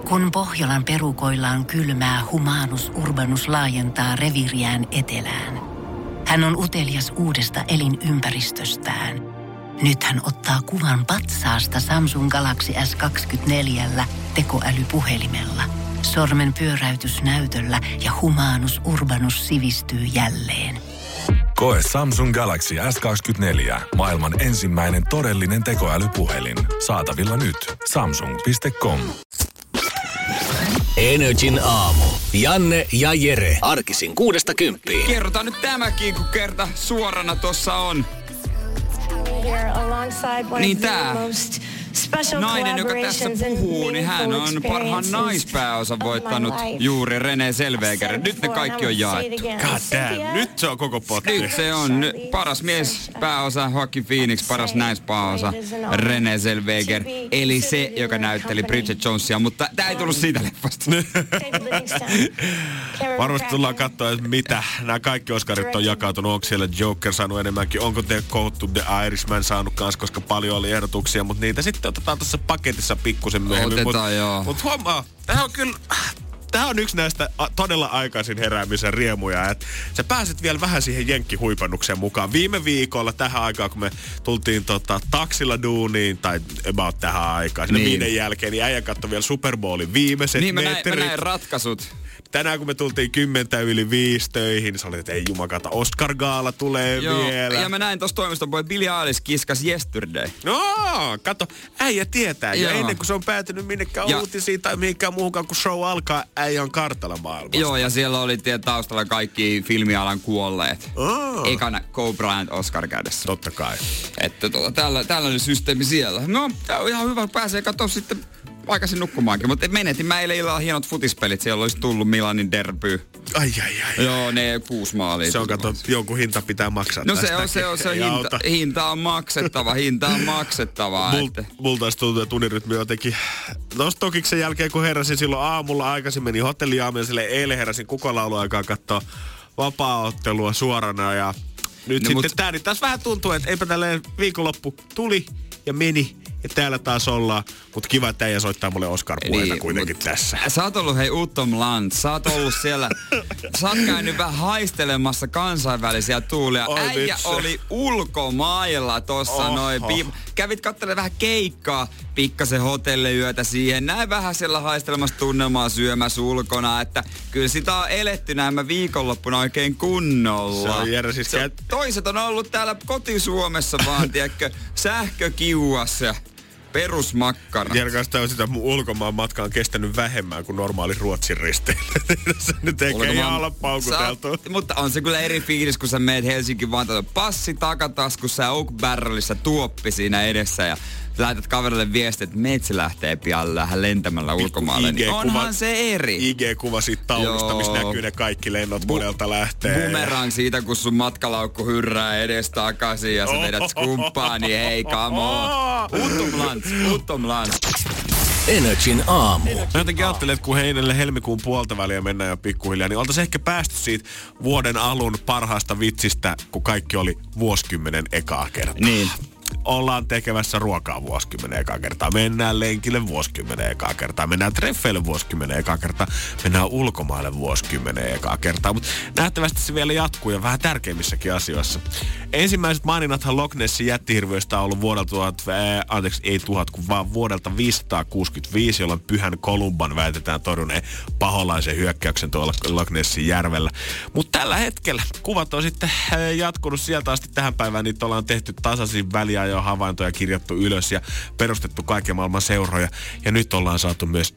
Kun Pohjolan perukoillaan kylmää, Humanus Urbanus laajentaa reviiriään etelään. Hän on utelias uudesta elinympäristöstään. Nyt hän ottaa kuvan patsaasta Samsung Galaxy S24 tekoälypuhelimella. Sormen pyöräytys näytöllä ja Humanus Urbanus sivistyy jälleen. Koe Samsung Galaxy S24. Maailman ensimmäinen todellinen tekoälypuhelin. Saatavilla nyt. Samsung.com. NRJ:n aamu. Janne ja Jere. Arkisin 6–10. Kerrotaan nyt tämäkin, kun kerta suorana tossa on. Niin tää nainen, joka tässä puhuu, niin hän on parhaan naispääosan voittanut juuri Renée Zellweger. Nyt ne kaikki on jaettu. God damn, nyt se on koko potti. Nyt se on paras miespääosa Joaquin Phoenix, paras naispääosa Renée Zellweger. Eli se, joka näytteli Bridget Jonesia, mutta tää ei tullut siitä leffasta. Varmasti tullaan katsoa, mitä nämä kaikki Oscarit on jakautunut. Onko siellä Joker saanut enemmänkin? Onko The Code to the Irishman saanut kans, koska paljon oli ehdotuksia, mutta niitä sitten otetaan tuossa paketissa pikkusen myöhemmin. Otetaan, joo. Mutta huomaa, tämä on yksi näistä todella aikaisin heräämisen riemuja, että sä pääset vielä vähän siihen jenkkihuipannukseen mukaan. Viime viikolla tähän aikaan, kun me tultiin taksilla duuniin, tai about tähän aikaan, siinä viiden jälkeen, niin äijä katsoi vielä Super Bowlin viimeiset metrit. Mä näin ratkaisut. Tänään kun me tultiin 10:05 töihin, niin sä olit, että ei jumakata, Oscar-gaala tulee vielä. Ja mä näin tossa toimiston puolella, Billie Eilish kiskas Yesterday. No, kato, äijä tietää. Ja ennen kuin se on päätynyt minnekään uutisiin tai mihinkään muuhunkaan, kun show alkaa, äijä on kartalla maailmasta. Joo, ja siellä oli taustalla kaikki filmialan kuolleet. Ekana Kobe Bryant Oscar kädessä. Totta kai. Että tällainen systeemi siellä. No, tää on ihan hyvä, pääsee katsoa sitten aikaisin nukkumaankin, mutta menetin mä eilen illalla hienot futispelit. Siellä olisi tullut Milanin derby. Ai. Joo, ne 6 maalia. Se on, kato, jonkun hinta pitää maksaa. No se on hinta on maksettava. Multa taas tuntuu, että unirytmi jotenkin. Tuossa Tokiksen jälkeen, kun heräsin silloin aamulla, aikaisin meni hotelliaamia, sille eilen heräsin kukolauluaikaan katsoa vapaa-ottelua suorana. Ja nyt sitten tää, niin taas vähän tuntuu, että eipä tälleen viikonloppu tuli ja meni. Ja täällä taas ollaan, mutta kiva, että äijä soittaa mulle Oscar-puheita kuitenkin tässä. Sä oot ollut Utom Land, sä oot ollut siellä, sä oot käynyt vähän haistelemassa kansainvälisiä tuulia. Äijä oli ulkomailla tossa noin. Kävit katselemaan vähän keikkaa, pikkasen hotelliyötä siihen. Näin vähän siellä haistelemassa tunnelmaa syömässä ulkona, että kyllä sitä on eletty näemmä viikonloppuna oikein kunnolla. Se on Jere, siis toiset on ollut täällä koti-Suomessa vaan, tiedätkö, sähkökiuassa ja perusmakkara. Jerkaista on sitä mun ulkomaan matka on kestänyt vähemmän kuin normaali Ruotsin risteillä. Se nyt eikä ihan olla paukuteltu. Mutta on se kyllä eri fiilis, kun sä meet Helsinkiin vaan passi takataskussa ja Oak Barrelissa tuoppi siinä edessä ja lähetät kaverille viestiä, että meitsi lähtee pian lentämällä ulkomaalle. Niin onhan se eri. IG-kuva siitä taulusta, missä näkyy ne kaikki lennot monelta lähtee. Bumerang siitä, kun sun matkalaukku hyrrää edes takaisin ja sä vedät skumppaa, niin hei, come on. Utom Land. NRJ:n aamu. Mä jotenkin ajattelen, että kun heinälle helmikuun puolta väliä mennään jo pikkuhiljaa, niin oltaisiin ehkä päästy siitä vuoden alun parhaasta vitsistä, kun kaikki oli vuosikymmenen ekaa kertaa. Niin. Ollaan tekemässä ruokaa vuosikymmenen ekaa kertaa. Mennään lenkille vuosikymmenen ekaa kertaa. Mennään treffeille vuosikymmenen ekaa kertaa. Mennään ulkomaille vuosikymmenen ekaa kertaa. Mutta nähtävästi se vielä jatkuu ja vähän tärkeimmissäkin asioissa. Ensimmäiset maininnathan Loch Nessin jättihirviöstä on ollut vuodelta 565, jolloin Pyhän Kolumban väitetään torjuneen paholaisen hyökkäyksen tuolla Loch Nessin järvellä. Mutta tällä hetkellä kuvat on sitten jatkunut sieltä asti tähän päivään. Niitä ollaan tehty tasaisin väliä jo havaintoja kirjattu ylös ja perustettu kaiken maailman seuroja. Ja nyt ollaan saatu myös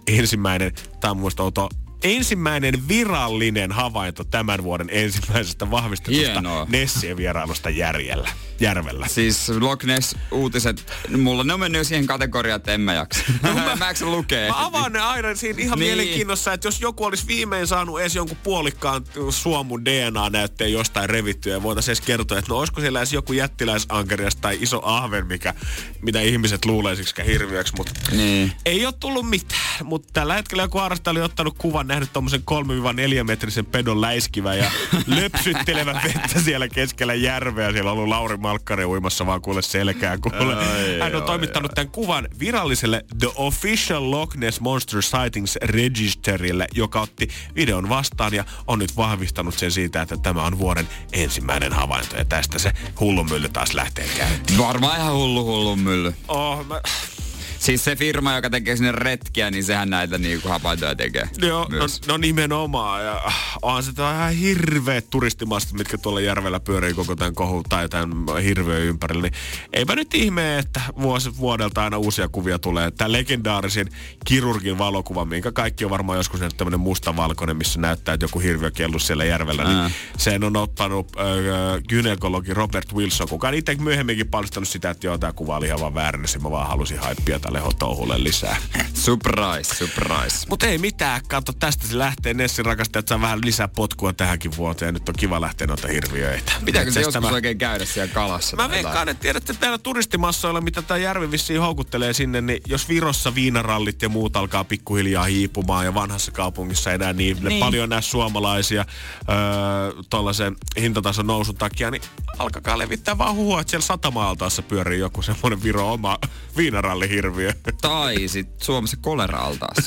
ensimmäinen virallinen havainto tämän vuoden ensimmäisestä vahvistetusta Nessien vierailusta järvellä. Siis Loch Ness-uutiset, mulla ne on mennyt siihen kategoriaan, että en mä jaksa. Mä eikö lukee? Mä avaan ne aina siinä ihan mielenkiinnossa, että jos joku olisi viimein saanut edes jonkun puolikkaan suomun DNA-näytteen jostain revittyä ja voitaisiin edes kertoa, että no olisiko siellä edes joku jättiläisankerias tai iso ahven, mitä ihmiset luulee siksikä hirviöksi, mutta ei ole tullut mitään. mutta tällä hetkellä joku harrastaja oli ottanut kuvan, nähnyt tommosen 3-4 metrisen pedon läiskivän ja löpsyttelevän vettä siellä keskellä järveä. Siellä on ollut Lauri Malkkari uimassa vaan kuule selkää kuule. Hän on toimittanut tämän kuvan viralliselle The Official Loch Ness Monster Sightings Registerille, joka otti videon vastaan ja on nyt vahvistanut sen siitä, että tämä on vuoden ensimmäinen havainto. Ja tästä se hullunmylly taas lähtee käyntiin. Varmaan ihan hullunmylly. Siis se firma, joka tekee sinne retkiä, niin sehän näitä niinku havaintoja tekee. Joo, no nimenomaan. Ja onhan se ihan hirveet turistimastot, mitkä tuolla järvellä pyörii koko tämän kohun tai tämän hirveön ympärillä. Niin eipä nyt ihme, että vuosi vuodelta aina uusia kuvia tulee. Tämä legendaarisin kirurgin valokuva, minkä kaikki on varmaan joskus nähnyt tämmöinen mustavalkoinen, missä näyttää, että joku hirviö kellus siellä järvellä. Niin sen on ottanut gynekologi Robert Wilson, kuka on itse myöhemminkin paljastanut sitä, että joo, tämä kuva oli ihan vaan väärin, mä vaan halusin haippia tälle touhulle lisää. Surprise. Mut ei mitään, kato, tästä se lähtee. Nessin rakastajat saa vähän lisää potkua tähänkin vuoteen ja nyt on kiva lähteä noita hirviöitä. Pitääkö se joskus oikein käydä siellä kalassa? Mä veikkaan, että tiedätte täällä turistimassoilla, mitä tää järvi vissiin houkuttelee sinne, niin jos Virossa viinarallit ja muut alkaa pikkuhiljaa hiipumaan ja vanhassa kaupungissa enää niin paljon näe suomalaisia tollasen hintatason nousun takia, niin alkakaa levittää vaan huhua, että siellä Satama-altaassa pyörii joku semmoinen Viro oma viinarallihirviö. Tai sit Suomessa kolera-altaassa.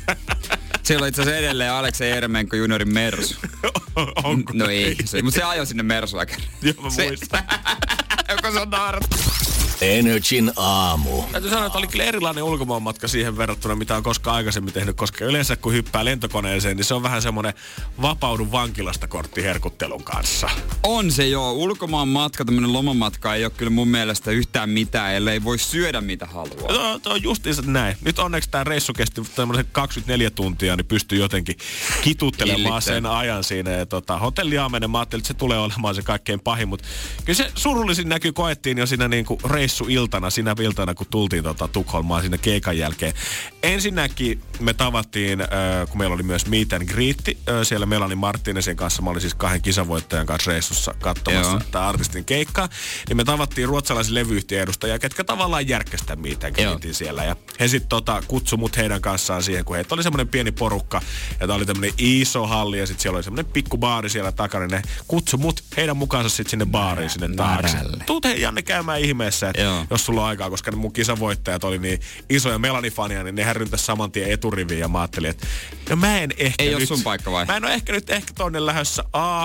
Siellä on itse asiassa edelleen Aleksei Ermenko juniorin Mersu. Onko? No ei, mutta se ajoi sinne Mersua kerran. Joo, mä muistan. Joko se on naarat? Energin aamu. Täytyy sanoa, että oli kyllä erilainen ulkomaanmatka siihen verrattuna, mitä on koskaan aikaisemmin tehnyt, koska yleensä kun hyppää lentokoneeseen, niin se on vähän semmoinen vapaudun vankilasta kortti herkuttelun kanssa. On se joo. Ulkomaanmatka, tämmönen lomamatka ei ole kyllä mun mielestä yhtään mitään, ellei voi syödä mitä haluaa. No, on justiinsa näin. Nyt onneksi tämä reissu kesti tämmöisen 24 tuntia, niin pystyy jotenkin kituttelemaan sen ajan siinä. Ja hotelliaamenen mä ajattelin, että se tulee olemaan se kaikkein pahin, mutta kyllä se surullisin näky koettiin jo siinä niinku reissuiltana, sinä iltana, kun tultiin Tukholmaan siinä keikan jälkeen. Ensinnäkin me tavattiin, kun meillä oli myös meet and greet, siellä Melanie Martinezin kanssa, mä olin siis 2 kisavoittajan kanssa reissussa katsomassa tätä artistin keikkaa, niin me tavattiin ruotsalaisen levyyhtiön edustajia, ketkä tavallaan järkkästä meet and greetin siellä. Ja he sitten kutsu mut heidän kanssaan siihen, kun heitä oli semmoinen pieni porukka, ja tää oli tämmönen iso halli, ja sitten siellä oli semmoinen pikku baari siellä takana, niin ne kutsu mut heidän mukaansa sitten sinne baariin sinne taakse. Tuut hei Janne käymään ihmeessä, jos sulla on aikaa, koska ne mun kisavoittajat oli niin isoja Melanie-fania, niin nehän ryntäisi saman tien eturiviin ja mä ajattelin, että no mä en ehkä ei nyt... Ei ole sun paikka vai? Mä en ole ehkä tonne lähdössä.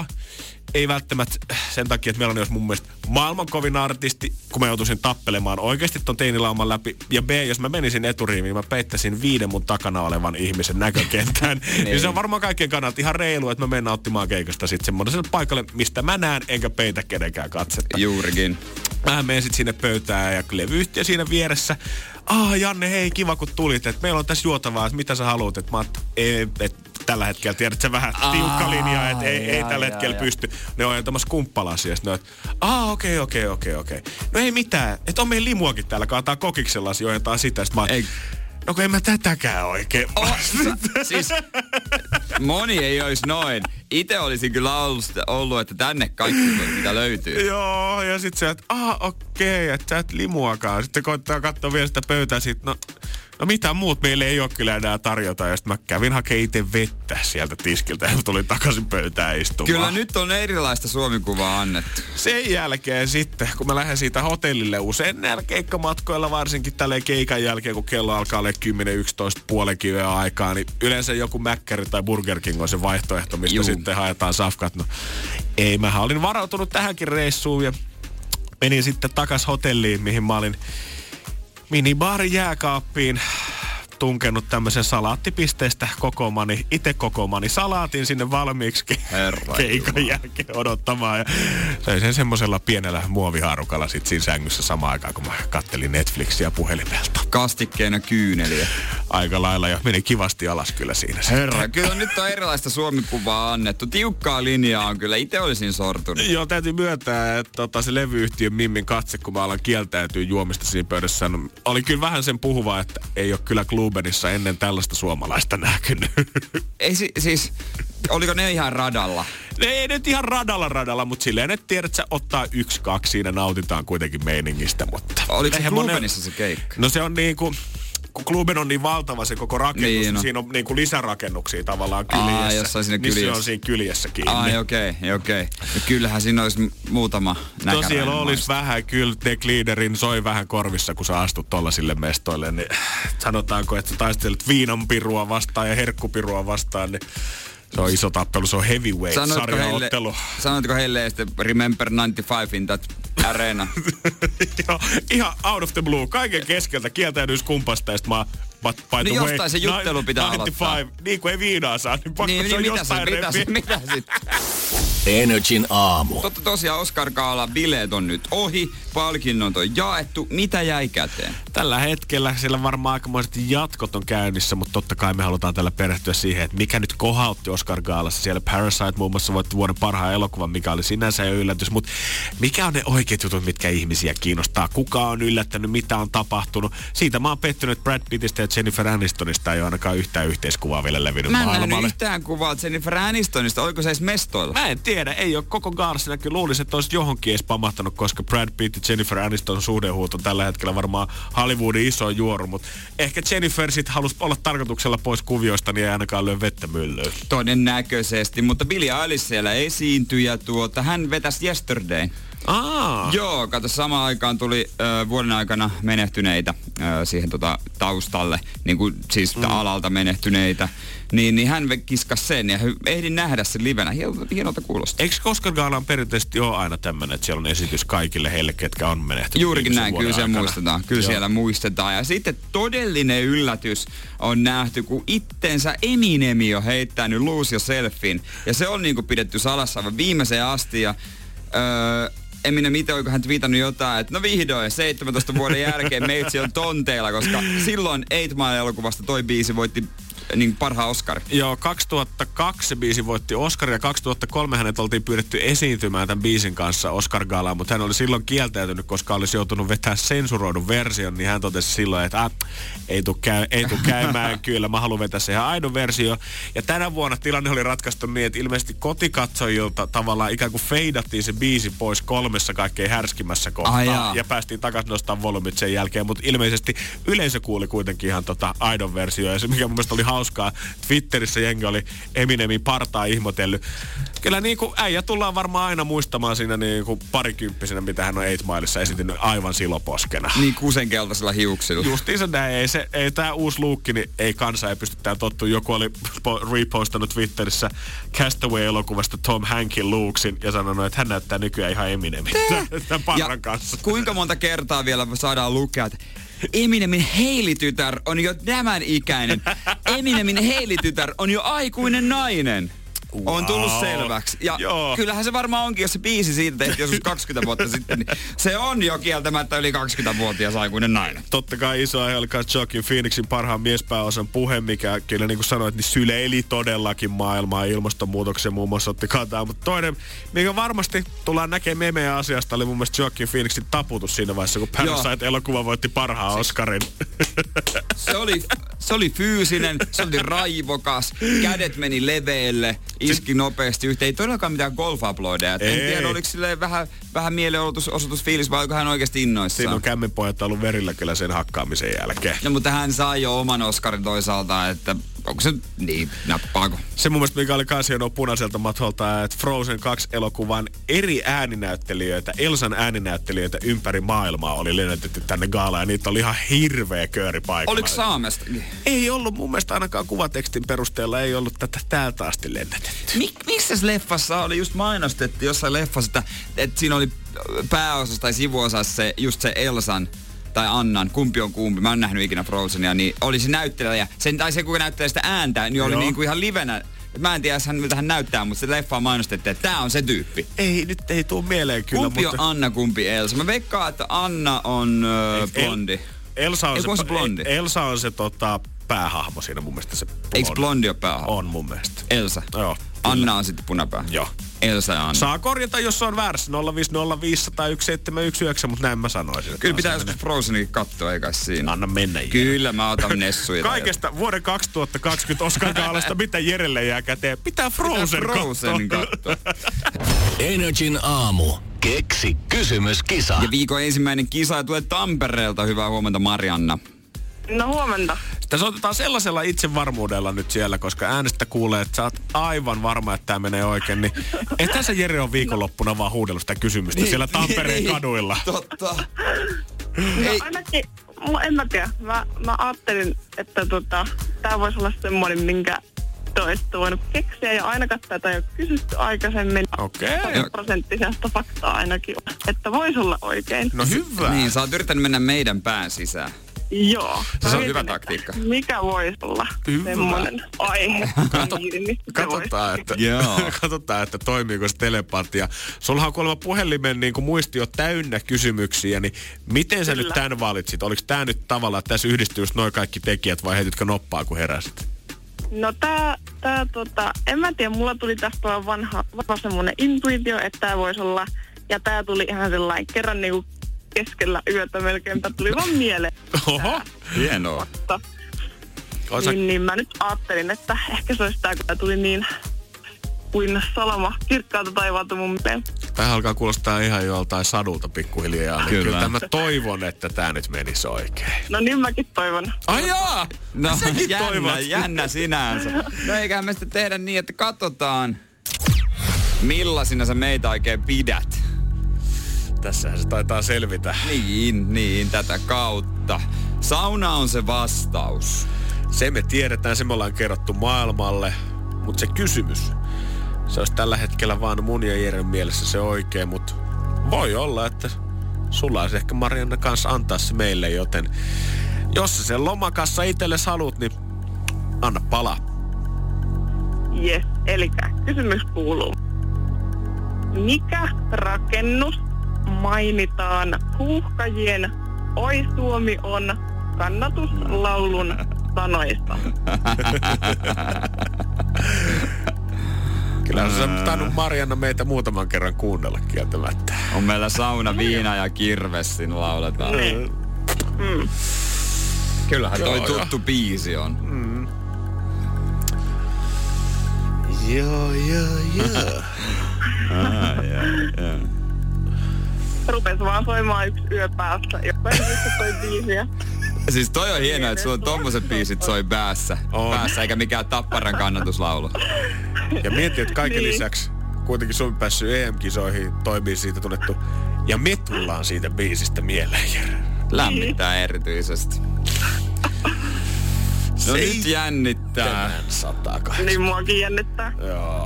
Ei välttämättä sen takia, että Melanie olisi mun mielestä maailman kovin artisti, kun mä joutuisin tappelemaan oikeasti ton teinilauman läpi. Ja B, jos mä menisin eturiiviin, mä peittäisin 5 mun takana olevan ihmisen näkökentään. niin se on varmaan kaikkien kannalta ihan reilu, että mä menen nauttimaan keikasta sitten semmoiselle paikalle, mistä mä näen, enkä peitä kenenkään katsetta. Juurikin. Mä menen sitten sinne pöytään ja levyyhtiö siinä vieressä. Janne, hei, kiva kun tulit, että meillä on tässä juotavaa, että mitä sä haluat, että mä tällä hetkellä, tiedät sä vähän tiukka linja, että ei tällä hetkellä pysty. Ne on tämmössä kumppalasia, ja sitten okei. No ei mitään, että on meidän limuakin täällä, kaataan kokiksella, joetaan sitä, sitten mä no kun en mä tätäkään oikein. Siis moni ei olisi noin. Itse olisin kyllä ollut, että tänne kaikki mitä löytyy. Joo, ja sit se, että okei, että sä et limuakaan. Sitten koittaa katsoa vielä sitä pöytää siitä, no mitään muut meille ei ole kyllä enää tarjota. Ja sitten mä kävin hakemaan itse vettä sieltä tiskiltä ja tulin takaisin pöytään istumaan. Kyllä nyt on erilaista Suomi-kuvaa annettu. Sen jälkeen sitten, kun mä lähden siitä hotellille usein näillä keikkamatkoilla, varsinkin tälleen keikan jälkeen, kun kello alkaa olla 10-11 puolenkin yön aikaa, niin yleensä joku Mäkkäri tai Burger King on se vaihtoehto, mistä sitten haetaan safkat. No ei, mä olin varautunut tähänkin reissuun ja menin sitten takas hotelliin, mihin mä olin minibaarin jääkaappiin tunkenut tämmöisen salaattipisteestä itse kokoomani salaatin sinne valmiiksi keikan jälkeen odottamaan. Ja söin sen semmoisella pienellä muovihaarukalla sit siinä sängyssä samaan aikaan, kun mä kattelin Netflixiä puhelimelta. Kastikkeena kyyneliä. Aika lailla jo meni kivasti alas kyllä siinä. Kyllä nyt on erilaista Suomi-kuvaa annettu. Tiukkaa linjaa on kyllä. Itse olisin sortunut. Joo, täytyy myöntää, että se levyyhtiön Mimmin katse, kun mä alan kieltäytyä juomista siinä pöydässä, oli kyllä vähän sen puhuva, että ei ole kyllä Klubenissa ennen tällaista suomalaista näkynyt. Ei siis, oliko ne ihan radalla? Ne ei nyt ihan radalla, mutta silleen, että tiedät, että sä ottaa 1-2, siinä nautitaan kuitenkin meiningistä, mutta... Oliko se Klubenissa se keikka? No se on niinku... kun Kluben on niin valtava se koko rakennus, niin siinä on niinku lisärakennuksia tavallaan kyljessä. Jossain siinä kyljessä. Niin se on siinä kyljessä kiinni. Okei. No kyllähän siinä olisi muutama näkäräinen. Siellä olisi vähän, kyllä The Gliderin soi vähän korvissa, kun sä astut tollasille mestoille, niin sanotaanko, että sä taistelet viinanpirua vastaan ja herkkupirua vastaan, niin se on iso tappelu, se on heavyweight-sarjaottelu. Sanoitko heille sitten Remember 95 in that arena? Joo, ihan out of the blue. Kaiken keskeltä kieltäydyis kumpasta ja sit mä by the way, jostain se juttelu pitää 95, aloittaa. Niin kuin ei viinaa saa, niin pakko se on jostain repiä. Mitä sit? Energin aamu. Tosiaan Oscar Gala bileet on nyt ohi, palkinnot on jaettu. Mitä jäi käteen? Tällä hetkellä siellä varmaan aikamoiset jatkot on käynnissä, mutta totta kai me halutaan tällä perehtyä siihen, että mikä nyt kohautti Oscar Galassa. Siellä Parasite muun muassa voitti vuoden parhaan elokuvan, mikä oli sinänsä jo yllätys, mutta mikä on ne oikeat jutut, mitkä ihmisiä kiinnostaa? Kuka on yllättänyt, mitä on tapahtunut? Siitä mä oon pettynyt, että Brad Pittistä ja Jennifer Anistonista ei ole ainakaan yhtään yhteiskuvaa vielä levinnyt maailmalle. Mä en nähnyt yhtään kuvaa Jennifer Anistonista. Oliko se edes mestoilla? Mä en tiedä. Ei ole koko Galassa näkyy. Luulisin, että olisi johonkin edes pamahtanut, koska Brad Pitt ja Jennifer Aniston suhdehuut on tällä hetkellä varmaan Hollywoodin iso juoru. Mutta ehkä Jennifer sitten halusi olla tarkoituksella pois kuvioista, niin ei ainakaan lyö vettä myllyyn. Todennäköisesti. Mutta Billie Eilish siellä esiintyi ja hän vetäisi Yesterday. Joo, kato, samaan aikaan tuli vuoden aikana menehtyneitä siihen taustalle, niin kuin siis alalta menehtyneitä, niin hän kiskas sen ja ehdin nähdä sen livenä. Hienolta kuulostaa. Eikö Oscar Galaan perinteisesti ole aina tämmöinen, että siellä on esitys kaikille heille, ketkä on menehtynyt? Juurikin näin, kyllä siellä muistetaan. Kyllä siellä muistetaan. Ja sitten todellinen yllätys on nähty, kun itsensä Eminem on heittänyt Lose Yourselfin. Ja se on niinku pidetty salassa aivan viimeiseen asti ja Eminem itse, oiko hän twiitannut jotain, että no vihdoin 17 vuoden jälkeen meitsi on tonteilla, koska silloin 8 Mile-elokuvasta toi biisi voitti niin parhaan Oscar. Joo, 2002 se biisi voitti Oscar ja 2003 hänet oltiin pyydetty esiintymään tämän biisin kanssa Oscar Galaan, mutta hän oli silloin kieltäytynyt, koska olisi joutunut vetämään sensuroidun version, niin hän totesi silloin, että ei tuu käymään kyllä, mä haluan vetää se ihan aidon versio. Ja tänä vuonna tilanne oli ratkaistu niin, että ilmeisesti kotikatsojilta tavallaan ikään kuin feidattiin se biisi pois 3 kaikkein härskimmässä kohtaa ja päästiin takaisin nostamaan volumit sen jälkeen, mutta ilmeisesti yleisö kuuli kuitenkin ihan aidon versio ja se mikä mun mielestä oli hauskaa, Twitterissä jengi oli Eminemin partaa ihmotellyt. Kyllä niin kuin äijä tullaan varmaan aina muistamaan siinä niin kuin parikymppisenä, mitä hän on 8 Milessa esiintynyt aivan siloposkena. Niin kusenkeltaisella hiuksilla. Justiinsa näin, ei tää uusi luukki, niin ei kansa ei pysty tää tottua. Joku oli repostannut Twitterissä Castaway-elokuvasta Tom Hankin luuksin ja sanonut, että hän näyttää nykyään ihan Eminemin tämän parran kanssa. Kuinka monta kertaa vielä saadaan lukea, että Eminemin Hailey-tytär on jo tämän ikäinen. Eminemin Hailey-tytär on jo aikuinen nainen. Wow. On tullut selväksi. Ja kyllähän se varmaan onkin, jos se biisi siitä tehtiin joskus 20 vuotta sitten, niin se on jo kieltämättä yli 20-vuotias aikuinen nainen. Totta kai iso aihe oli Joaquin Phoenixin parhaan miespääosan puhe, mikä kyllä niin kuin sanoit, niin syleili todellakin maailmaa ilmastonmuutoksen muun muassa otti kantaa. Mutta toinen, mikä varmasti tullaan näkemään memeä asiasta, oli mun mielestä Joaquin Phoenixin taputus siinä vaiheessa, kun Parasite-elokuva voitti parhaan Oscarin. Se oli fyysinen, se oli raivokas, kädet meni leveelle, iski nopeasti yhteen. Ei todellakaan mitään golf-aplodeja. En tiedä, oliko silleen vähän mielenosoitusfiilis vai oliko hän oikeasti innoissaan. Siinä on kämmenpojat ollut verillä kyllä sen hakkaamisen jälkeen. No mutta hän sai jo oman Oscarin toisaalta, että onko se niin, nappaako? Se mun mielestä mikä oli kans hienoa punaiselta matolta, että Frozen 2 elokuvan eri ääninäyttelijöitä, Elsan ääninäyttelijöitä ympäri maailmaa oli lennätetty tänne gaalaan ja niitä oli ihan hirveä kööri paikalla. Oliko Saamestakin? Ei ollut mun mielestä ainakaan kuvatekstin perusteella, ei ollut tätä täältä asti lennätetty. Missä leffassa oli just mainostettu jossain leffassa, että siinä oli pääosassa tai sivuosassa se Elsan tai Annan, kumpi on kumpi, mä en nähnyt ikinä Frozenia, niin oli se näyttelijä, se kuka näyttelee sitä ääntä, niin oli niinku ihan livenä. Mä en tiedä, miltä hän näyttää, mutta se leffa mainostettiin, että tää on se tyyppi. Ei, nyt ei tuu mieleen kyllä. Kumpi on Anna, kumpi Elsa? Mä veikkaan, että Anna on blondi. Elsa on se blondi. Elsa on se päähahmo siinä mun mielestä se blondi. Eikö blondi ole päähahmo? On mun mielestä. Elsa? Joo. Anna on sitten punapää? Joo. Elsa ja Anna. Saa korjata, jos on väärässä. 050501719, mutta näin mä sanoisin. Kyllä pitää joskus Frozenikin katsoa, eikä siinä. Anna mennä. Kyllä mä otan nessuja. Kaikesta vuoden 2020 Oscar Gaalasta, mitä Jerelle jää käteen? Pitää Frozen katsoa. Energin aamu. Keksi kysymyskisa. Ja viikon ensimmäinen kisa tulee Tampereelta. Hyvää huomenta, Marianna. No huomenta. Sitä soitetaan sellaisella itsevarmuudella nyt siellä, koska äänestä kuulee, että sä oot aivan varma, että tää menee oikein. Niin etkä sä Jere on viikonloppuna vaan huudellut sitä kysymystä niin, siellä Tampereen kaduilla. Totta. No ainakin, en mä tiedä. Mä ajattelin, että tää voisi olla semmoinen, minkä te olisitte voinut keksiä. Ja ainakaan tätä ei ole kysytty aikaisemmin. Okei. 100% faktaa ainakin, että voisi olla oikein. No hyvä. Niin, sä oot yrittänyt mennä meidän pään sisään. Joo. Se on hyvä taktiikka. Mikä voisi olla semmoinen aihe? Katsotaan, että toimiiko se telepatia. Sulla on kuulemma puhelimen niin kuin muistio täynnä kysymyksiä, niin miten sä nyt tän valitsit? Oliko tää nyt tavallaan, että tässä yhdistyy just noi kaikki tekijät vai heitytkö noppaa kun heräsit? No en mä tiedä, mulla tuli tästä vanha semmoinen intuitio, että tää voisi olla, ja tää tuli ihan sellainen kerran niinku keskellä yötä melkeinpä tuli vaan mieleen. Oho, hienoa. Niin mä nyt ajattelin, että ehkä se olisi tää, kun tää tuli niin kuin salama kirkkaalta taivaalta mun mielestä. Tähän alkaa kuulostaa ihan joltain sadulta pikkuhiljaa. Niin kyllä mä toivon, että tää nyt menisi oikein. No niin mäkin toivon. Ai jaa! No jännä sinänsä. No eiköhän me sitten tehdä niin, että katsotaan millaisina sä meitä oikein pidät. Tässähän se taitaa selvitä. Niin, tätä kautta. Sauna on se vastaus. Se me tiedetään, se me ollaan kerrottu maailmalle. Mutta se kysymys, se olisi tällä hetkellä vaan mun ja Jeren mielessä se oikein, mutta voi olla, että sulla olisi ehkä Marianna kanssa antaa se meille, joten jos sä sen lomakassa itsellesi haluat, niin anna palaa. Jes, elikkä kysymys kuuluu. Mikä rakennus mainitaan Huuhkajien Oi Suomi on kannatuslaulun sanoista? Kyllä sä tainnut Marianna meitä muutaman kerran kuunnella kieltämättä. On meillä sauna, viina ja kirves, siinä lauletaan. Kyllähän toi tuttu biisi on. Joo. Rupes vaan soimaan yksi yö päässä. Jokain toi biisiä. Siis toi on hienoa, että sulla on tommoset biisit soi päässä, eikä mikään Tapparan kannatuslaulu. Ja mieti, että kaiken lisäksi kuitenkin Suomi päässyt EM-kisoihin, toimii siitä tunnettu. Ja me tullaan siitä biisistä mieleen, Jere. Lämmittää erityisesti. No nyt jännittää. Niin muakin jännittää. Joo.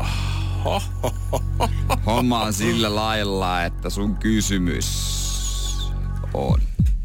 Homma on sillä lailla, että sun kysymys on.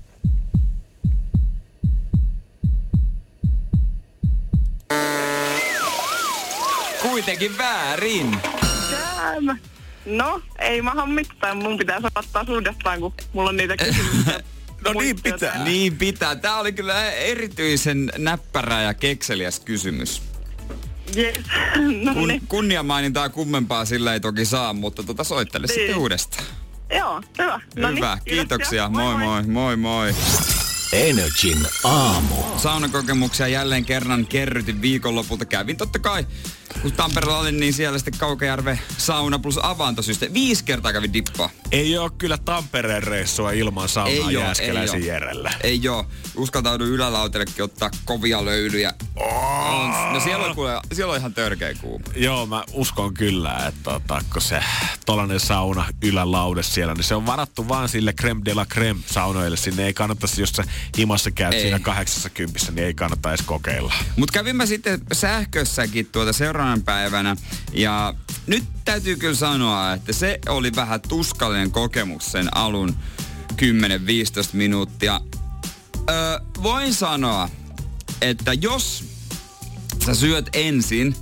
Kuitenkin väärin. Jäämä. No, ei maha mitään. Mun pitää saattaa uudestaan, kun mulla on niitä kysymyksiä. No niin pitää. Niin pitää. Tää oli kyllä erityisen näppärä ja kekseliäs kysymys. Yes. No niin. Kunniamainintaa kummempaa sillä ei toki saa, mutta soittele niin sitten uudestaan. Joo, hyvä. Hyvä, kiitoksia. Moi. Energin aamu. Saunakokemuksia jälleen kerran kerrytin viikonlopulta. Kävin totta kai, kun Tampereella olin, niin siellä sitten Kaukajärven sauna plus avantosysteemi. 5 kertaa kävin dippaa. Ei oo kyllä Tampereen reissua ilman saunaa Jääskeläisen Jerellä. Ei oo. Uskaltaudun ylälautellekin ottaa kovia löylyjä. No siellä on ihan törkeä kuuma. Joo, mä uskon kyllä, että kun se tollanen sauna ylälaude siellä, niin se on varattu vaan sille crème de la crème saunoille. Sinne ei kannattaisi, jos sä himassa käyt siinä 80, niin ei kannata edes kokeilla. Mut kävin mä sitten sähkössäkin seuraavana päivänä. Ja nyt täytyy kyllä sanoa, että se oli vähän tuskallinen kokemus sen alun 10-15 minuuttia. Voin sanoa, että jos sä syöt ensin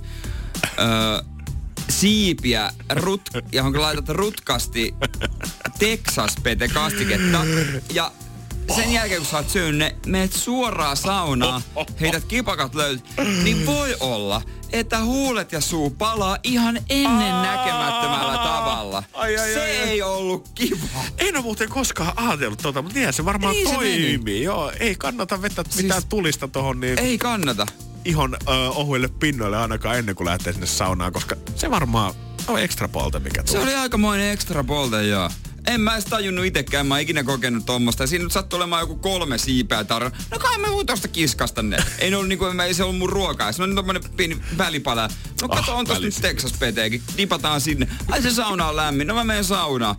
siipiä, johon laitat rutkasti Texas-pete-kastiketta ja sen jälkeen, kun sä oot syönyt ne, meet suoraan saunaan, heität kipakat löyt, niin voi olla, että huulet ja suu palaa ihan ennen näkemättömällä tavalla. Se ei ollut kiva. En ole muuten koskaan ajatellut mutta niinhän se varmaan niin toimii. Joo, ei kannata vetää mitään tulista tohon niin. Ei kannata. Ihon ohuille pinnoille ainakaan ennen kuin lähtee sinne saunaan, koska se varmaan on ekstra polte, mikä tulee. Se oli aikamoinen ekstra polte, joo. En mä edes tajunnut itekään, mä oon ikinä kokenut tommosta. Ja siinä nyt sattuu olemaan joku 3 siipeä tarjolla. No kai mä voin tosta kiskasta ne. Ei ollut niinku, ei se ollut mun ruokaa. Se on tommonen pieni välipala. No kato, on tosta nyt Texas peteekin. Dipataan sinne. Ai se sauna on lämmin. No mä menen saunaan.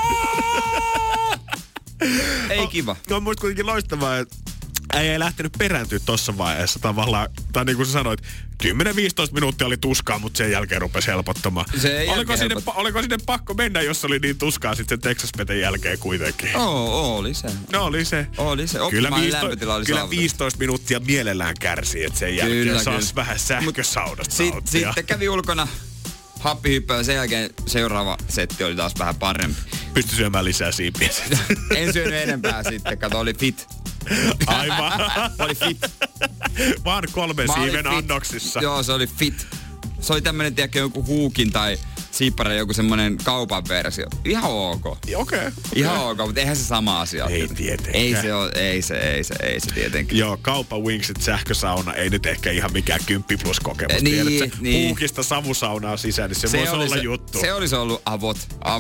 Ei kiva. On muista kuitenkin loistavaa, että ei lähtenyt perääntyä tossa vaiheessa tavallaan. Tai niin kuin sä sanoit, 10-15 minuuttia oli tuskaa, mutta sen jälkeen rupesi helpottamaan. Oliko sinne pakko mennä, jos oli niin tuskaa sitten sen Texas-peten jälkeen kuitenkin? Oli se. No oli se. Kyllä 15 minuuttia mielellään kärsii, että sen jälkeen saisi vähän sähkösaudasta nauttia. Sitten kävi ulkona happihyppää ja sen jälkeen seuraava setti oli taas vähän parempi. Pystyi syömään lisää siipiä sitten. En syönyt enempää sitten, kato oli fit. Aivan. Oli fit. Vaan 3 siiven annoksissa. Joo, se oli fit. Se oli tämmönen, tiedätkö, joku huukin tai siippari, joku semmonen kaupan versio. Ihan ok. Okei. Ihan ok, mutta eihän se sama asia. Ei tietenkään. Ei se tietenkään. Joo, kaupan wingsit, sähkösauna, ei nyt ehkä ihan mikään 10+ kokemus. Niin. Huukista savusaunaa sisään, niin se voisi olla juttu. Se olisi ollut avot.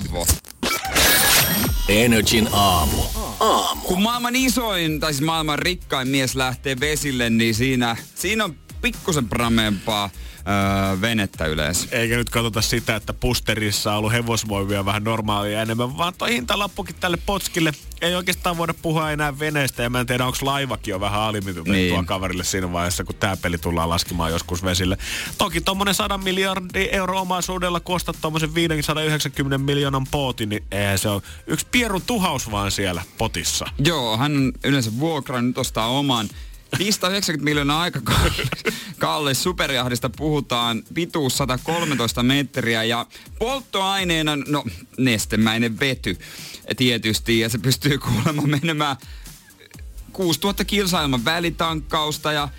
Energin aamu. Kun maailman isoin, tai siis maailman rikkain mies lähtee vesille, niin siinä on pikkusen prameempaa venettä yleensä. Eikä nyt katsota sitä, että pusterissa on ollut hevosvoimia vähän normaalia enemmän, vaan toi hintalappukin tälle potskille ei oikeastaan voida puhua enää veneestä, ja mä en tiedä, onko laivakin jo vähän alimitoitettua kaverille siinä vaiheessa, kun tää peli tullaan laskemaan joskus vesille. Toki tommonen 100 miljardin euro omaisuudella kostaa tommosen 590 miljoonan pootin, niin se on yksi pierun tuhaus vaan siellä potissa. Joo, hän on yleensä vuokrannut, ostaa oman. 590 miljoonaa aika kallis. Superjahdista puhutaan, pituus 113 metriä ja polttoaineena, no nestemäinen vety tietysti. Ja se pystyy kuulemma menemään 6000 kilsaa ilman välitankkausta ja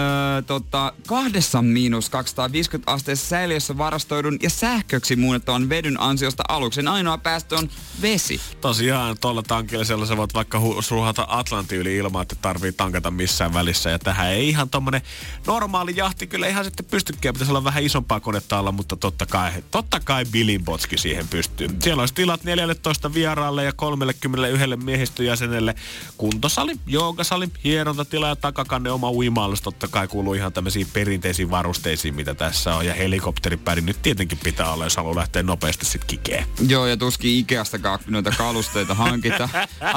250 asteessa säiliössä varastoidun ja sähköksi muunnettavan vedyn ansiosta aluksen ainoa päästö on vesi. Tosiaan, tuolla tankilla sellaisen voit vaikka suuhata Atlantin yli ilman, että tarvii tankata missään välissä. Ja tähän ei ihan tommonen normaali jahti kyllä ihan sitten pystykään. Pitäisi olla vähän isompaa konetta alla, mutta totta kai Billin botski siihen pystyy. Siellä olisi tilat 14 vieraalle ja 31 miehistöjäsenelle. Kuntosali, joogasali, hierontatila ja takakanne oma uima-alus. Totta kai kuuluu ihan tämmöisiin perinteisiin varusteisiin, mitä tässä on. Ja helikopteripäri nyt tietenkin pitää olla, jos haluaa lähteä nopeasti sit kikeen. Joo, ja tuskin Ikeastakaan noita kalusteita hankita.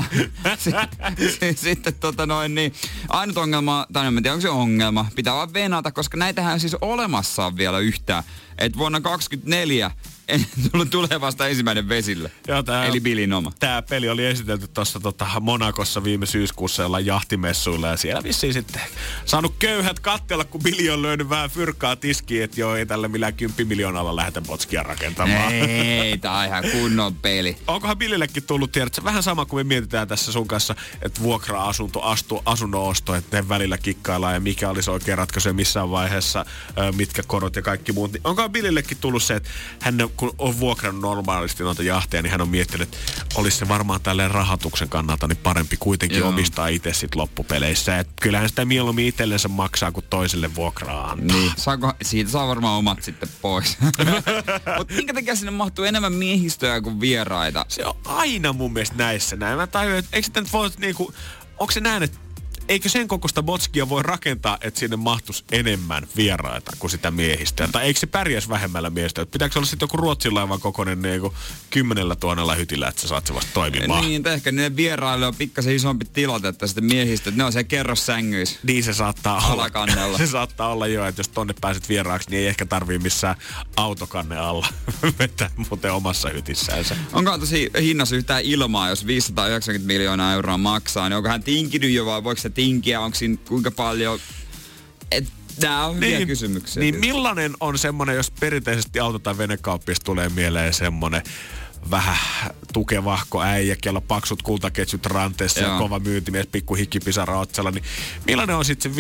Sitten niin ainut ongelma, tai en tiedä onko se ongelma, pitää vaan venata, koska näitähän siis olemassa vielä yhtään. Että vuonna 2024 tulee vasta ensimmäinen vesille. Joo, eli Billin oma. Tää peli oli esitelty tuossa Monacossa viime syyskuussa jollain jahtimessuilla. Ja siellä vissiin sitten saanut köyhät katsella, kun Billy on löynyt vähän fyrkkaa tiskiin, että joo, ei tällä millään 10 miljoonalla lähdetä botskia rakentamaan. Ei, tää on ihan kunnon peli. Onkohan Billillekin tullut, tiedätkö, vähän sama kuin me mietitään tässä sun kanssa, että vuokra-asunto, asunnon osto, että ne välillä kikkaillaan ja mikä olisi oikea ratkaisu ja missään vaiheessa, mitkä korot ja kaikki muut. Niin onkohan Billillekin tullut se, että hän kun on vuokrannut normaalisti noita jahteja, niin hän on miettinyt, että olisi se varmaan tälleen rahoituksen kannalta niin parempi kuitenkin omistaa itse sit loppupeleissä. Et kyllähän sitä mieluummin itsellensä maksaa, kuin toiselle vuokraa antaa. Niin. Siitä saa varmaan omat sitten pois. Mutta minkä takia sinne mahtuu enemmän miehistöä kuin vieraita? Se on aina mun mielestä näissä näin. Mä tajuin, että eikö sitä nyt voi niinku, onko se näin, että eikö sen kokoista botskia voi rakentaa, että sinne mahtuisi enemmän vieraita kuin sitä miehistöä? Tai eikö se pärjäisi vähemmällä miehistöä? Pitääkö olla sitten joku Ruotsin laivan kokoinen niin 10 000 hytillä, että sä saat se vasta toimimaan? Niin, ehkä ne vieraille on pikkasen isompi tilat, että sitten miehistöt, ne on siellä kerrossängyissä. Niin se saattaa olla. Se saattaa olla jo, että jos tonne pääset vieraaksi, niin ei ehkä tarvii missään autokanne alla vetää muuten omassa hytissäänsä. Onkohan tosi hinnassa yhtään ilmaa, jos 590 miljoonaa euroa maksaa, niin onko hän tinkinyt jo vai voiko se tinkiä, onko siinä kuinka paljon? Nämä on hyviä kysymyksiä. Niin millainen on semmoinen, jos perinteisesti auto- tai venekauppista tulee mieleen semmoinen vähän tukevahko äijä, kello paksut kultaketjut ranteessa ja kova myyntimies, pikku hikkipisara otsalla, niin millainen on sitten se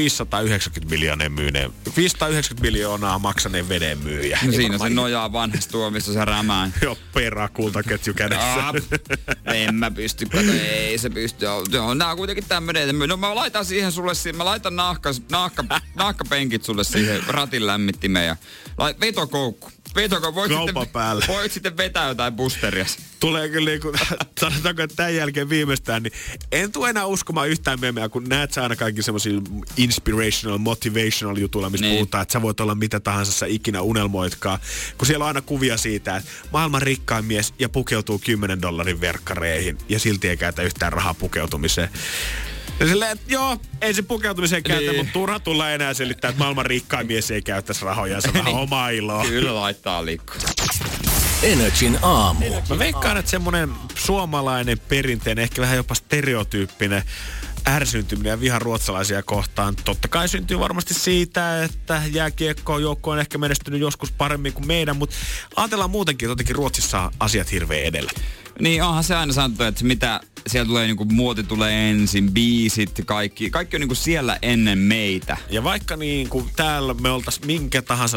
590 miljoonaa maksaneen veden myyjä? No siinä se nojaa vanhassa tuomissa se rämään. Joo, perä kultaketju kädessä. En mä pysty, ei se pysty. Joo, nää on kuitenkin tämmönen. No mä laitan siihen sulle, mä laitan nahkapenkit sulle siihen ratin lämmittimeen ja vetokoukku. Vetoko, päälle. Voit sitten vetää jotain boosteria. Tulee kyllä niinku, sanotaanko, että tämän jälkeen viimeistään, niin en tule enää uskomaan yhtään memeä, kun näet sä aina kaikki semmosia inspirational, motivational jutuilla, missä puhutaan, että sä voit olla mitä tahansa sä ikinä unelmoitkaan. Kun siellä on aina kuvia siitä, että maailman rikkain mies ja pukeutuu $10 verkkareihin ja silti ei käytä yhtään rahaa pukeutumiseen. Ja silleen, että joo, ei se pukeutumiseen käytä, mutta turha tulla enää selittää, että maailman rikkain mies ei käyttäisi rahoja, se on vähän omaa iloa. Kyllä laittaa liikkuu. Energin aamu. Mä veikkaan, että semmonen suomalainen perinteinen, ehkä vähän jopa stereotyyppinen ärsyntyminen ja viha ruotsalaisia kohtaan totta kai syntyy varmasti siitä, että jääkiekko-joukko on ehkä menestynyt joskus paremmin kuin meidän, mutta ajatellaan muutenkin, että jotenkin Ruotsissa on asiat hirveän edellä. Niin, onhan se aina sanottu, että mitä siellä tulee, niinku muoti tulee ensin, biisit, kaikki on niinku siellä ennen meitä. Ja vaikka niinku täällä me oltais minkä tahansa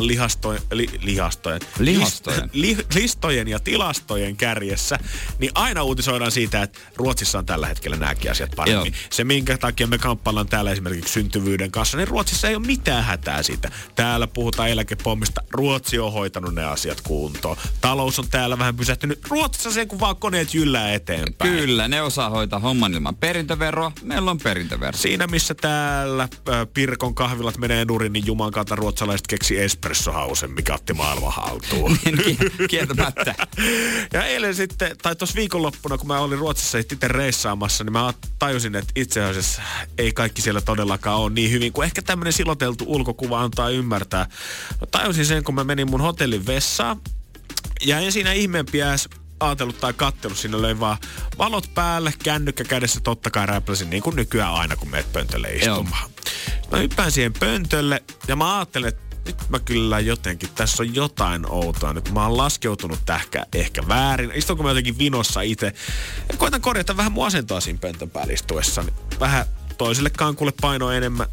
listojen ja tilastojen kärjessä, niin aina uutisoidaan siitä, että Ruotsissa on tällä hetkellä nämäkin asiat paremmin. Joo. Se, minkä takia me kamppaillaan täällä esimerkiksi syntyvyyden kanssa, niin Ruotsissa ei ole mitään hätää siitä. Täällä puhutaan eläkepommista. Ruotsi on hoitanut ne asiat kuntoon. Talous on täällä vähän pysähtynyt. Ruotsissa sen kun vaan koneet jyllää eteenpäin. Kyllä, ne osaa hoitaa homman ilman perintöveroa. Meillä on perintövero. Siinä missä täällä Pirkon kahvilat menee nurin, niin juman kautta ruotsalaiset keksi espressohausen, mikä otti maailman haltuun. Kieltämättä. Ja eilen sitten, tai tuossa viikonloppuna, kun mä olin Ruotsissa itse reissaamassa, niin mä tajusin, että itse asiassa ei kaikki siellä todellakaan ole niin hyvin, kuin ehkä tämmöinen siloteltu ulkokuva antaa ymmärtää. Mä tajusin sen, kun mä menin mun hotellin vessaan, ja en siinä ihmeempiä edes ajatellut tai kattellut, siinä löi vaan valot päälle, kännykkä kädessä, totta kai räpläsin niin kuin nykyään aina, kun meet pöntölle istumaan. Mä hyppään siihen pöntölle ja mä ajattelen, että nyt mä kyllä jotenkin, tässä on jotain outoa. Nyt mä oon laskeutunut tähkä ehkä väärin. Istunko mä jotenkin vinossa itse? Ja koitan korjata vähän mun asentoa siinä pöntön päällä istuessani. Vähän toiselle kankulle paino enemmän.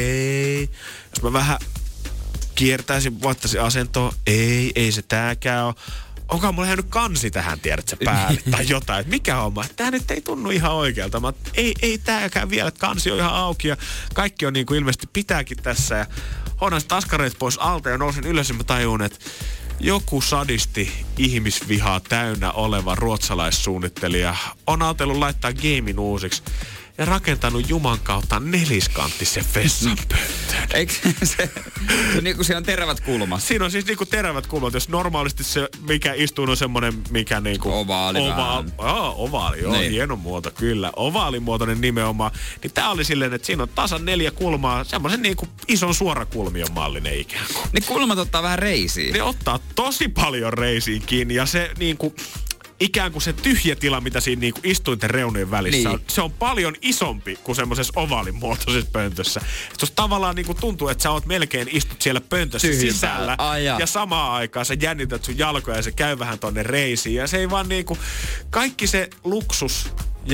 Ei. Jos mä vähän kiertäisin, voittaisin asentoa. Ei se tääkään ole. Onkohan mulla jäänyt kansi tähän, tiedätkö, päälle tai jotain. Että mikä homma? Tää nyt ei tunnu ihan oikealta. Mä, ei tääkään vielä, että kansi on ihan auki ja kaikki on niin kuin ilmeisesti pitääkin tässä. Ja hoidan askareet pois alta ja nousin ylös ja mä tajun, että joku sadisti ihmisvihaa täynnä oleva ruotsalaissuunnittelija on ajatellut laittaa gamein uusiksi ja rakentanut juman kautta neliskanttisen vessanpöntön. Eikö se niinku siellä on terävät kulmat? Siinä on siis niinku terävät kulmat. Jos normaalisti se, mikä istuu, on semmonen, mikä niinku... Ovaali. Ovaali, joo, niin. Hieno muoto, kyllä. Ovaalimuotoinen nimenomaan. Niin tää oli silleen, että siinä on tasan 4 kulmaa, semmoisen niinku ison suorakulmion mallinen ikään kuin. Niin kulmat ottaa vähän reisiä. Ne ottaa tosi paljon reisiin kiinni ja se niinku... ikään kuin se tyhjä tila, mitä siinä niinku istuinten reunojen välissä on, se on paljon isompi kuin semmoisessa ovaalimuotoisessa pöntössä. Tuossa tavallaan niinku tuntuu, että sä oot melkein istut siellä pöntössä sisällä. Ja samaan aikaan sä jännität sun jalkoja ja se käy vähän tonne reisiin. Ja se ei vaan niinku, kaikki se luksus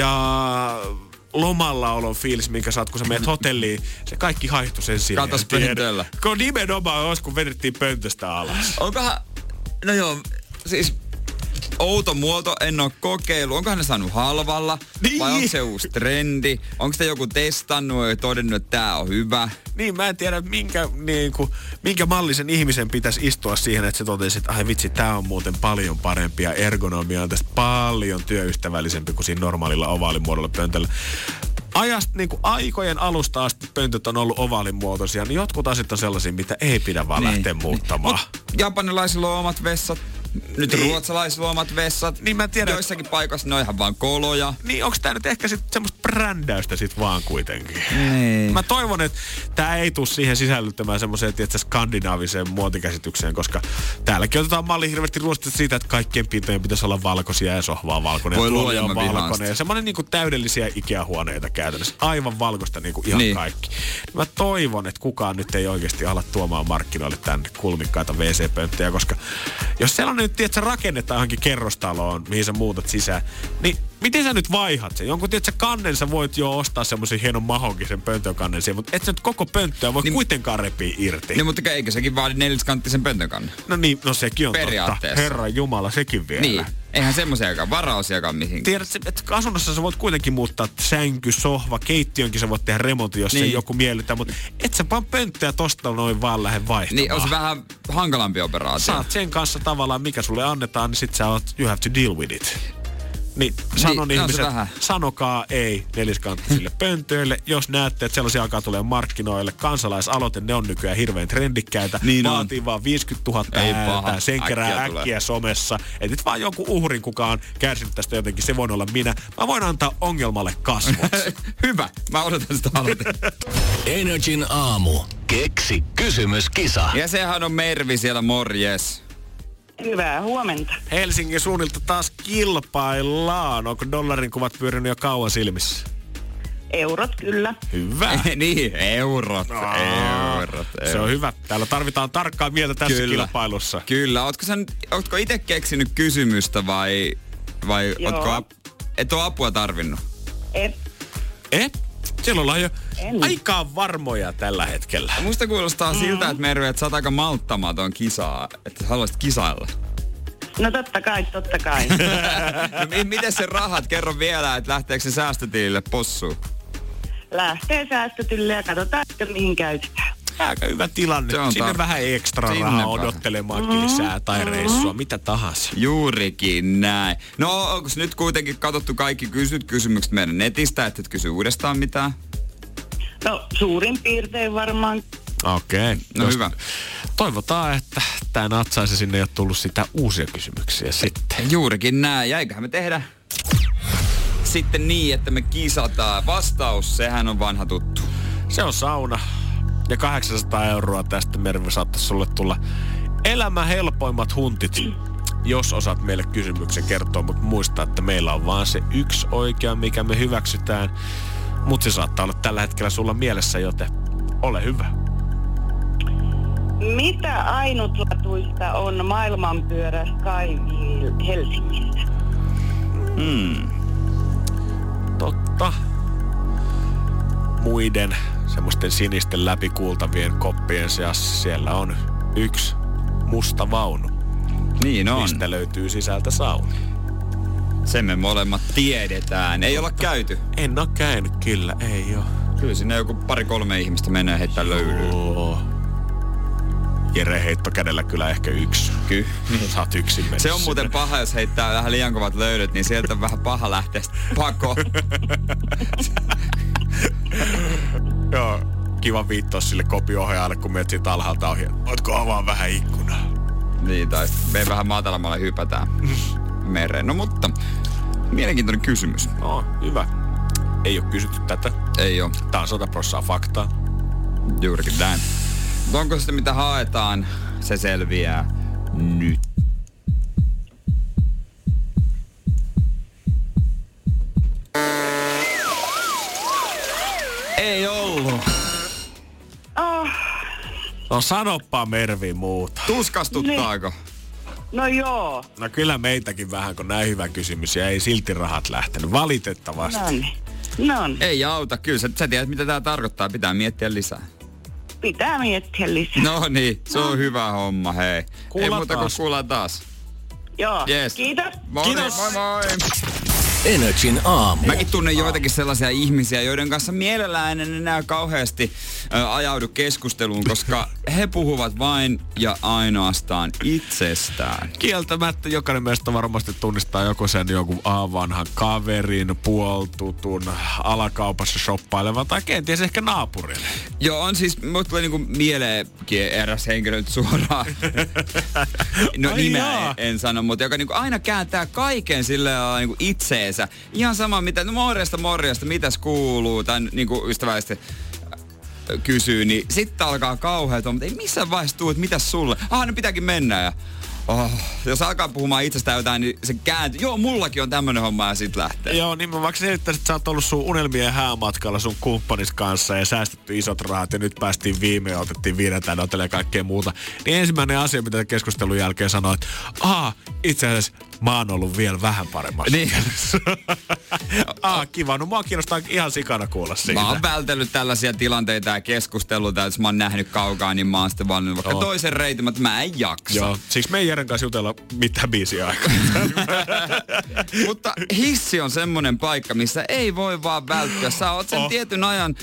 ja lomallaolon fiilis, minkä saat, kun sä menet hotelliin, se kaikki haihtui sen siihen. Katos pöntöllä. Kun nimenomaan olisi, kun vedettiin pöntöstä alas. Onkohan, no joo, siis... outo muoto, en oo kokeillut. Onkohan ne saanut halvalla? Niin. Vai onko se uusi trendi? Onko sitä joku testannut ja todennut, että tää on hyvä? Niin, mä en tiedä, minkä mallisen ihmisen pitäisi istua siihen, että se totesi, että ai vitsi, tää on muuten paljon parempi ja ergonomia on tästä paljon työystävällisempi kuin siinä normaalilla ovaalimuodolla pöntöllä. Niinku aikojen alusta asti pöntöt on ollut ovaalimuotoisia, niin jotkut asiat on sellaisia, mitä ei pidä vaan lähteä muuttamaan. Japanilaisilla on omat vessat. Nyt ruotsalaisilla omat vessat. Niin mä tiedän. Joissakin paikoissa ne on ihan vaan koloja. Niin onks tää nyt ehkä sit semmoista brändäystä sit vaan kuitenkin? Niin. Mä toivon, että tää ei tuu siihen sisällyttämään semmoiseen, tietysti skandinaaviseen muotikäsitykseen, koska täälläkin otetaan malli hirveästi ruostista siitä, että kaikkien pintojen pitäisi olla valkoisia ja sohva on valkoinen. Voi luoja on valkoinen. Ja semmoinen niinku täydellisiä Ikea-huoneita käytännössä. Aivan valkoista niinku ihan niin. Kaikki. Mä toivon, että kukaan nyt ei oikeasti ala tuomaan markkinoille tänne kulmikkaita WC-pönttöjä, koska jos sellainen nyt, tiedät, sä rakennetaan johonkin kerrostaloon, mihin sä muutat sisään, niin miten sä nyt vaihat sen? Jonkun, tiedät, sä kannen sä voit jo ostaa semmoisen hienon mahonkisen pöntökannen siihen, mutta et sä nyt koko pönttöä voi niin, kuitenkaan repiä irti. Niin, mutta eikö sekin vaadi neliskanttisen pöntökannen? No niin, no sekin on periaatteessa. Totta. Herran Jumala, sekin vielä. Niin. Eihän semmoisiakaan varausiakaan mihinkään. Tiedätkö, että asunnossa sä voit kuitenkin muuttaa sänky, sohva, keittiönkin sä voit tehdä remontin, jos niin. Se joku miellyttää, mutta et sä vaan pönttöjä tosta noin vaan lähde vaihtamaan. Niin, on se vähän hankalampi operaatio. Saat sen kanssa tavallaan, mikä sulle annetaan, niin sit sä oot, you have to deal with it. Niin sanon ihmiset, sanokaa ei neliskanttisille pöntöille, jos näette, että sellaisia alkaa tulee markkinoille. Kansalaisaloite, ne on nykyään hirveän trendikkäitä. Niin vaatii vaan 50 000 ääntä, sen kerää äkkiä somessa. Et nyt vaan jonkun uhrin, kuka on kärsinyt tästä jotenkin, se voi olla minä. Mä voin antaa ongelmalle kasvot. Hyvä, mä odotan sitä aloitetta. Energin aamu. Keksi kysymyskisa. Ja sehän on Mervi siellä, morjes. Hyvää huomenta. Helsingin suunnilta taas kilpaillaan. Onko dollarin kuvat pyörinyt jo kauan silmissä? Eurot kyllä. Hyvä. Niin, eurot. Se on hyvä. Täällä tarvitaan tarkkaa mieltä tässä kilpailussa. Kyllä. Ootko itse keksinyt kysymystä vai et ole apua tarvinnut? Siellä ollaan jo aika varmoja tällä hetkellä. Musta kuulostaa siltä, että Mervi, että sä oot aika malttamaton kisaa, että haluaisit kisailla. No totta kai. No, miten se rahat? Kerro vielä, että lähteekö se säästötilille possuun? Lähtee säästötilille ja katsotaan, että mihin käytetään. Aika hyvä tilanne. Sinne vähän ekstra rahaa odottelemaankin lisää tai reissua, mitä tahansa. Juurikin näin. No onko nyt kuitenkin katsottu kaikki kysymykset meidän netistä, että et kysy uudestaan mitään? No suurin piirtein varmaan. Okei. No hyvä. Toivotaan, että tää natsaisi sinne ei ole tullut sitä uusia kysymyksiä sitten. Juurikin näin. Ja eiköhän me tehdä sitten niin, että me kisataan. Vastaus, sehän on vanha tuttu. Se on sauna. Ja 800 € tästä, Mervi, saattaisi sulle tulla elämän helpoimmat huntit, jos osaat meille kysymyksen kertoa, mutta muista, että meillä on vaan se yksi oikea, mikä me hyväksytään. Mutta se saattaa olla tällä hetkellä sulla mielessä, joten ole hyvä. Mitä ainutlaatuista on maailmanpyörä Skyville Helsingissä? Totta. Muiden semmoisten sinisten läpikuultavien koppien seassa siellä on yksi musta vaunu. Niin on. Mistä löytyy sisältä sauna. Sen me molemmat tiedetään. Ei olla käyty. En oo käynyt, kyllä, ei oo. Kyllä sinne joku 2-3 ihmistä menee heittää löylyä. Jere heitto kädellä kyllä ehkä yksi. Kyllä. Sä oot yksin mennyt. Se on muuten paha, jos heittää vähän liian kovat löylyt, niin sieltä on vähän paha lähteä pakoon. Joo, kiva viittoa sille kopiohjaajalle, kun menet siitä alhaalta ohi. Ootko avaa vähän ikkunaa? Niin, tai me vähän matalammalle hypätään mereen. No mutta, mielenkiintoinen kysymys. No, hyvä. Ei oo kysytty tätä. Ei oo. Tää on 100% faktaa. Juurikin näin. Mutta onko sitten mitä haetaan, se selviää nyt. Ei ollut. No sanoppa, Mervi, muuta. Tuskastuttaako? No joo. No kyllä meitäkin vähän, kun näin hyvä kysymys ja ei silti rahat lähtenyt. Valitettavasti. Noniin. Ei auta, kyllä sä tiedät mitä tää tarkoittaa. Pitää miettiä lisää. Pitää miettiä lisää. No niin, se on hyvä homma, hei. Kuulla ei muuta kuin taas. kuullaan taas. Joo, Yes. kiitos. Kiitos. Moi moi. Energin aamu. Mäkin tunnen joitakin sellaisia ihmisiä, joiden kanssa mielellään en enää kauheasti ajaudu keskusteluun, koska he puhuvat vain ja ainoastaan itsestään. Kieltämättä jokainen meistä varmasti tunnistaa joku sen jonkun vanhan kaverin, puoltutun, alakaupassa shoppailevan tai kenties ehkä naapurin. Joo, on siis, mulle tulee niinku mieleenkin eräs henkilö nyt suoraan. No nimeä en sano, mutta joka niinku aina kääntää kaiken silleen niinku itseensä. Ihan sama mitä, no morjesta, mitäs kuuluu, tai niinku ystävällisesti kysyy, niin sitten alkaa kauheeta, mutta ei missään vaiheessa tuu, että mitäs sulle? No pitääkin mennä ja jos alkaa puhumaan itsestään jotain, niin se kääntyy. Joo, mullakin on tämmönen homma ja sit lähtee. Joo, niin mä vaikka selittäisin, että sä oot ollut sun unelmien häämatkalla sun kumppanis kanssa ja säästetty isot rahat ja nyt päästiin viimeen ja otettiin viidetään otelle ja kaikkea muuta. Niin ensimmäinen asia, mitä keskustelun jälkeen sanoit, että itse asiassa mä oon ollut vielä vähän paremmassa. Niin. Kiva. No mua kiinnostaa ihan sikana kuulla siitä. Mä oon vältellyt tällaisia tilanteita ja keskusteluita, että jos mä oon nähnyt kaukaa, niin mä oon sitten valinnut vaikka toisen reitin, mutta mä en jaksa. Joo, siksi me ei Jeren kanssa jutella mitään biisiä aikaa. Mutta hissi on semmonen paikka, missä ei voi vaan välttyä. Sä oot sen tietyn ajan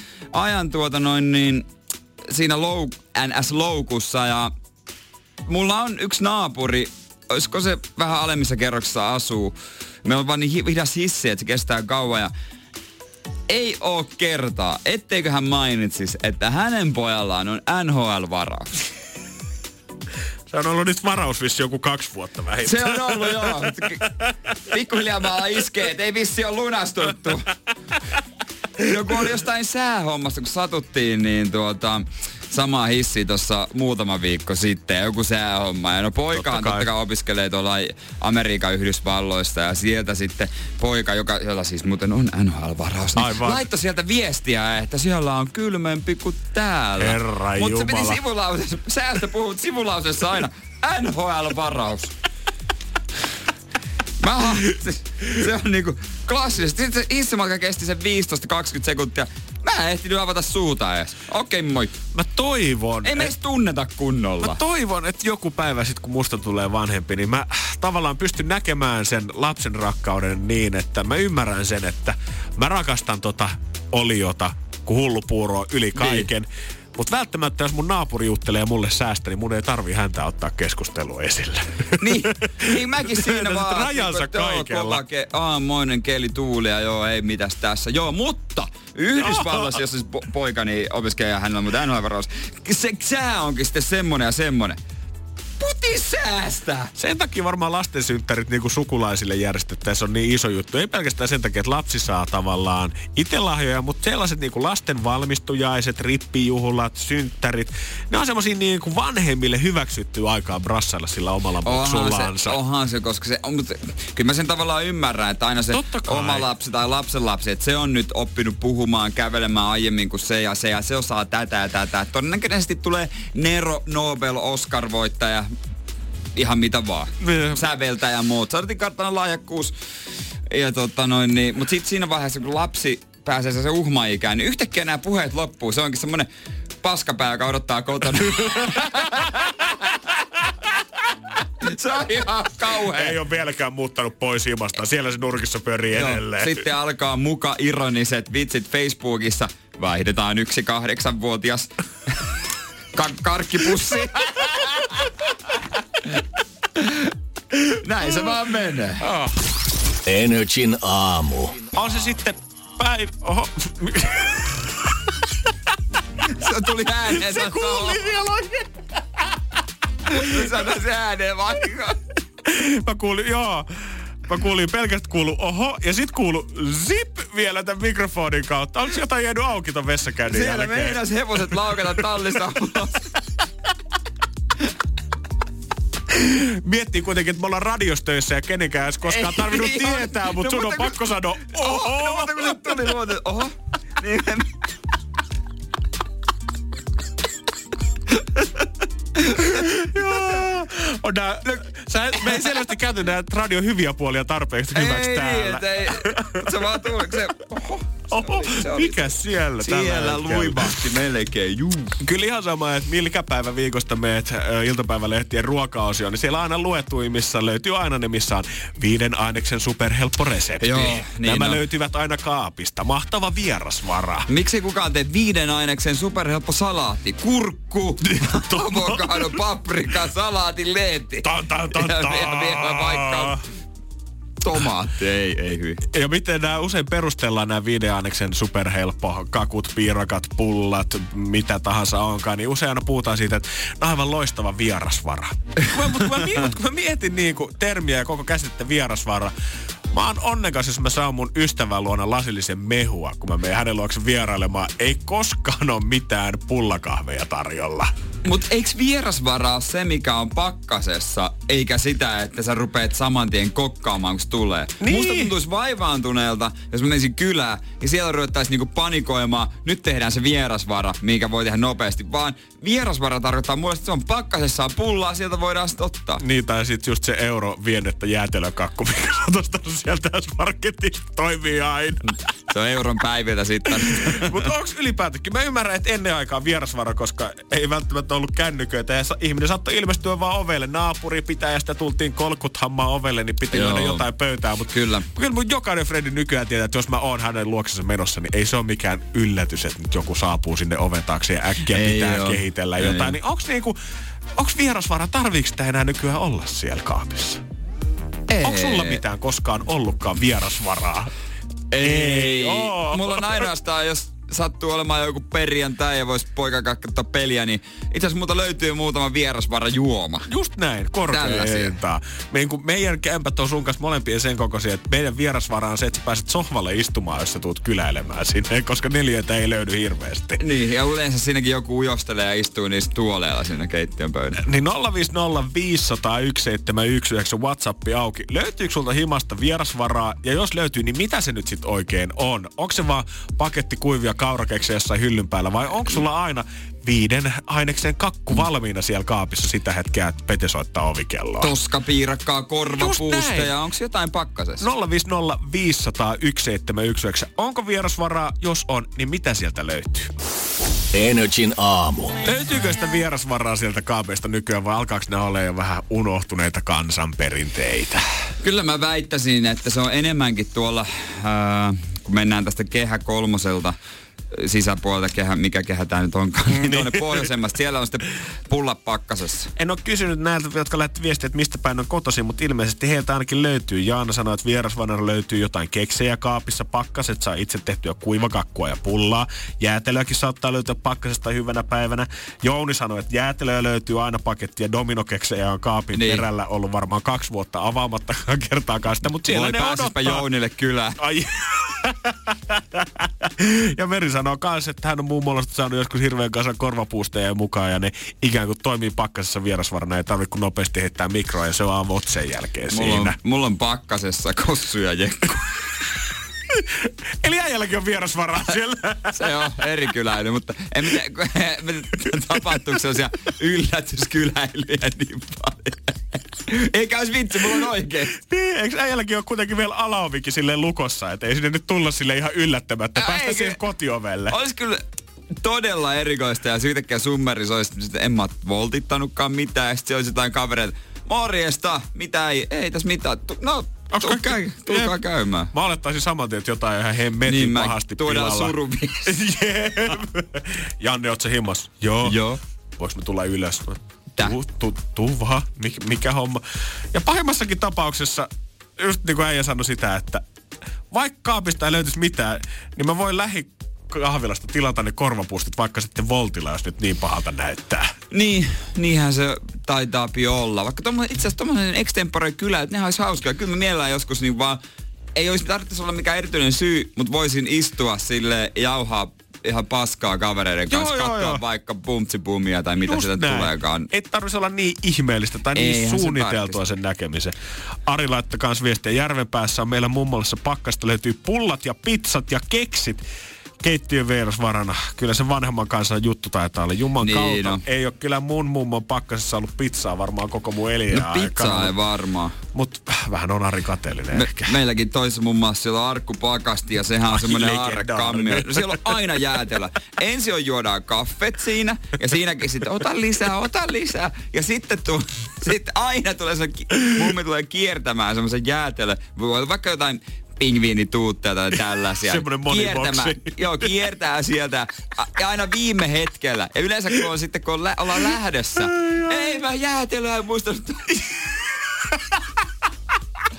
siinä NS-loukussa ja mulla on yksi naapuri, olisiko se vähän alemmissa kerroksissa asuu. Me on vaan niin hidas hissi, että se kestää kauan ja ei oo kertaa, etteikö hän mainitsis, että hänen pojallaan on NHL-varaus. Se on ollut nyt varaus vissi joku 2 vuotta vähintään. Se on ollut joo. Pikkuhiljaa maalla iskee, et ei vissi ole lunastuttu. Joku oli jostain säähommasta, kun satuttiin, niin samaa hissiä tuossa muutama viikko sitten ja joku säähomma. Ja no poikahan totta kai opiskelee tuolla Amerikan Yhdysvalloista ja sieltä sitten poika, jolla siis muuten on NHL-varaus, niin laittoi sieltä viestiä, että siellä on kylmempi kuin täällä. Herra Mutta se Jumala. piti sivulausessa, säästä puhut sivulausessa aina, NHL-varaus. Se on niinku klassisesti. Sitten se hissimatka kesti sen 15-20 sekuntia. Mä en ehtinyt avata suuta edes. Okei, moi. Mä toivon... Ei me edes tunneta kunnolla. Mä toivon, että joku päivä sit kun musta tulee vanhempi, niin mä tavallaan pystyn näkemään sen lapsen rakkauden niin, että mä ymmärrän sen, että mä rakastan oliota kuin hullupuuroa yli kaiken. Niin. Mutta välttämättä, jos mun naapuri juttelee mulle säästä, niin mun ei tarvii häntä ottaa keskustelua esille. Niin mäkin siinä vaan. Rajansa kaikella. Aamoinen keli, tuuli ja joo, ei mitäs tässä. Joo, mutta Yhdysvalloissa, jos siis poikani opiskelee ja hänellä on mutta NHL-varaus, se sää onkin sitten semmonen ja semmonen. Puti säästä! Sen takia varmaan lastensynttärit niinku sukulaisille järjestettäessä on niin iso juttu. Ei pelkästään sen takia, että lapsi saa tavallaan itse lahjoja, mutta sellaiset niinku lasten valmistujaiset, rippijuhlat, synttärit, ne on semmosia niinku vanhemmille hyväksyttyä aikaa brassailla sillä omalla muksullaansa. Onhan se, koska se on, mutta kyllä mä sen tavallaan ymmärrän, että aina se oma lapsi tai lapsenlapsi, että se on nyt oppinut puhumaan, kävelemään aiemmin kuin se ja se osaa tätä ja tätä. Todennäköisesti tulee Nero Nobel Oscar-voittaja. Ihan mitä vaan. Säveltäjä Mozartin kartanon lahjakkuus. Ja mutta sitten siinä vaiheessa, kun lapsi pääsee se uhma-ikään, niin yhtäkkiä nämä puheet loppuu. Se onkin semmonen paskapää, joka odottaa kotona. Se on ihan kauhea. Ei ole vieläkään muuttanut pois himasta. Siellä se nurkissa pyörii edelleen. Sitten alkaa muka ironiset vitsit Facebookissa. Vaihdetaan 1 8-vuotias karkkipussi. Näin se vaan menee. Energin aamu. On se sitten Oho. Se tuli ääneen. Se kuuli vielä oikein. Sano se ääneen vaikka. Mä kuulin pelkästään oho, ja sit kuulu zip vielä tämän mikrofonin kautta. Onko jotain jäänyt auki ton vessakäynnin jälkeen? Siellä meinas hevoset laukata tallista ulos. Miettii kuitenkin, että me ollaan radiostöissä ja kenenkään edes koskaan tarvinnut tietää, mutta sun on pakko sanoa oho. No mutta kun se tuli luote, oho. Niin me ei selvästi käytä näitä radion hyviä puolia tarpeeksi hyväksi täällä. Ei, se vaan tuli, se oho, mikä siellä siellä luibahti melkein, juu. Kyllä ihan sama, että mikä päivä viikosta meet iltapäivälehtien ruokaosioon, niin siellä aina luetuimmissa löytyy aina ne, missä on 5 aineksen superhelppo resepti. Joo, nämä löytyvät aina kaapista. Mahtava vierasvara. Miksi kukaan tee 5 aineksen superhelppo salaatti? Kurkku, avokado, paprika, salaatin leetti. Ja vielä vaikka tomaatti, ei hyvin. Ja miten nämä usein perustellaan nämä 5 aineksen superhelppo, kakut, piirakat, pullat, mitä tahansa onkaan, niin usein aina puhutaan siitä, että on aivan loistava vierasvara. Kun mä mietin niinku termiä ja koko käsitettä vierasvara, mä oon onnekas, jos mä saan mun ystävän luona lasillisen mehua, kun mä menen hänen luokse vierailemaan. Ei koskaan ole mitään pullakahveja tarjolla. Mut eiks vierasvara ole se, mikä on pakkasessa, eikä sitä, että sä rupeat saman tien kokkaamaan, kun se tulee? Niin. Musta tuntuisi vaivaantuneelta, jos mä menisin kylään ja siellä ruvettaisiin niinku panikoimaan, nyt tehdään se vierasvara, mikä voi tehdä nopeasti. Vaan vierasvara tarkoittaa mulle, että se on pakkasessaan pullaa, sieltä voidaan sitten ottaa. Niin, tai sit just se viennettä jäätelökakku, mikä sä oot ostanut sieltä S-Marketista, toimii aina. Se on euron päiviltä sitten. Mutta onks ylipäätäkin? Mä ymmärrän, että ennen aikaa vierasvara, koska ei välttämättä ollut kännyköitä ja ihminen saattoi ilmestyä vaan ovelle. Naapuri pitää ja sitä tultiin kolkut hammaa ovelle, niin piti löydä jotain pöytää. Mutta kyllä mun jokainen frendi nykyään tietää, että jos mä oon hänen luoksensa menossa, niin ei se ole mikään yllätys, että nyt joku saapuu sinne oven taakse ja äkkiä pitää kehitellä jotain. Niin onks vierasvara, tarviiks sitä enää nykyään olla siellä kaapissa? Onks sulla mitään koskaan ollutkaan vierasvaraa? Ei. Mulla on ainoastaan, jos sattuu olemaan joku perjantai ja vois poika katsoa peliä, niin itse asiassa multa löytyy muutama vierasvara juoma. Just näin, korkeintaan. Meidän kämpät on sun kanssa molempien sen kokoisia, että meidän vierasvara on se, että sä pääset sohvalle istumaan, jos sä tuut kyläilemään sinne, koska neliöitä ei löydy hirveästi. Niin, ja yleensä siinäkin joku ujostelee ja istuu niistä tuoleilla siinä keittiön pöydällä. Niin 050501719 WhatsAppi auki. Löytyykö sulta himasta vierasvaraa? Ja jos löytyy, niin mitä se nyt sit oikein on? Onko se vaan paketti kuivia kaurakeksejä jossain hyllyn päällä vai onko sulla aina 5 aineksen kakku valmiina siellä kaapissa sitä hetkeä, että Pete soittaa ovikelloa? Toskapiirakkaa, korvapuusteja, onko jotain pakkasessa? 050501719. Onko vierasvaraa? Jos on, niin mitä sieltä löytyy? Energin aamu. Löytyykö sitä vierasvaraa sieltä kaapeista nykyään vai alkaako ne olla jo vähän unohtuneita kansanperinteitä? Kyllä mä väittäisin, että se on enemmänkin tuolla, kun mennään tästä Kehä kolmoselta sisäpuolelta, mikä kehä tää nyt onkaan, niin tuonne pohjoisemmasta. Siellä on sitten pullat pakkasessa. En ole kysynyt näiltä, jotka lähti viestiä, että mistä päin on kotoisin, mutta ilmeisesti heiltä ainakin löytyy. Jaana sanoi, että vierasvanara löytyy jotain keksejä kaapissa, pakkaset saa itse tehtyä kuivakakkua ja pullaa. Jäätelöäkin saattaa löytyä pakkasesta hyvänä päivänä. Jouni sanoi, että jäätelöä löytyy aina pakettia. Dominokeksejä on kaapin perällä ollut varmaan 2 vuotta avaamattakaan kertaakaan sitä, mutta siellä ne odottaa. Jounille kylään. Ai. Ja Meri sanoo kans, että hän on muun muassa saanut joskus hirveän kanssa korvapuusteja mukaan ja ne ikään kuin toimii pakkasessa vierasvarana, ei tarvitse kun nopeasti heittää mikroa ja se on avot sen jälkeen siinä. Mulla on pakkasessa kossu ja jekku. Eli äijälläkin on vierasvaraa siellä. Se on erikyläily, mutta en tapahtuuko sellaisia yllätyskyläilyjä niin paljon. Eikä olisi vitsi, mulla on oikein. Niin, eikö äijälläkin ole kuitenkin vielä alaovikin silleen lukossa, että ei sinne nyt tulla sille ihan yllättämättä. Päästä siihen kotiovelle. Olisi kyllä todella erikoista ja siitäkään summerissa olisi, että en mä voltittanutkaan mitään. Ja sitten olisi jotain kavereita, morjesta, mitä ei tässä mitään. Tulkaa käymään. Mä olettaisin saman tien, että jotain ihan hemmetin pahasti pilalla. Tuodaan surubiisi. Janne, oot sä himmas? Joo. Voinko me tulla ylös? Tuu vaan. Mikä homma? Ja pahimmassakin tapauksessa, just niin kuin äijä sanoi sitä, että vaikka kaapista ei löytyisi mitään, niin mä voin kahvilasta tilata ne korvapuustit vaikka sitten voltilla, jos nyt niin pahalta näyttää. Niin, niinhän se taitaa olla. Vaikka itse asiassa tommoinen extempore kylä, että nehän olisi hauskaa. Kyllä mä mielellään joskus niin vaan, ei olisi tarvitsisi olla mikään erityinen syy, mutta voisin istua sille jauhaa ihan paskaa kavereiden kanssa, katsoa vaikka bumtsibumia tai mitä sieltä tuleekaan. Ei tarvitsisi olla niin ihmeellistä tai niin suunniteltua sen näkemisen. Ari laittoi kans viestiä. Järvenpäässä on meillä mummolassa pakkasta löytyy pullat ja pizzat ja keksit. Keittiön vierasvarana. Kyllä se vanhemman kanssa juttu taitaa olla. Jumman kautta. No. Ei ole kyllä mun mummon pakkasessa ollut pizzaa varmaan koko mun eliä aikana. Pizzaa ei varmaan. Mut vähän on Ari kateellinen ehkä. Meilläkin toisessa muun muassa siellä on arkkupakasti ja sehän on semmoinen aarrekammio. Siellä on aina jäätelö. Ensin juodaan kaffet siinä ja siinäkin sitten ota lisää. Ja sitten aina tulee mummi tulee kiertämään semmoisen jäätelö. Vaikka jotain pingviinituutteja tai tällaisia. Semmoinen moniboksi. Kiertää sieltä. Ja aina viime hetkellä. Ja yleensä kun ollaan lähdössä. Ei mä jäätelöä muistanut.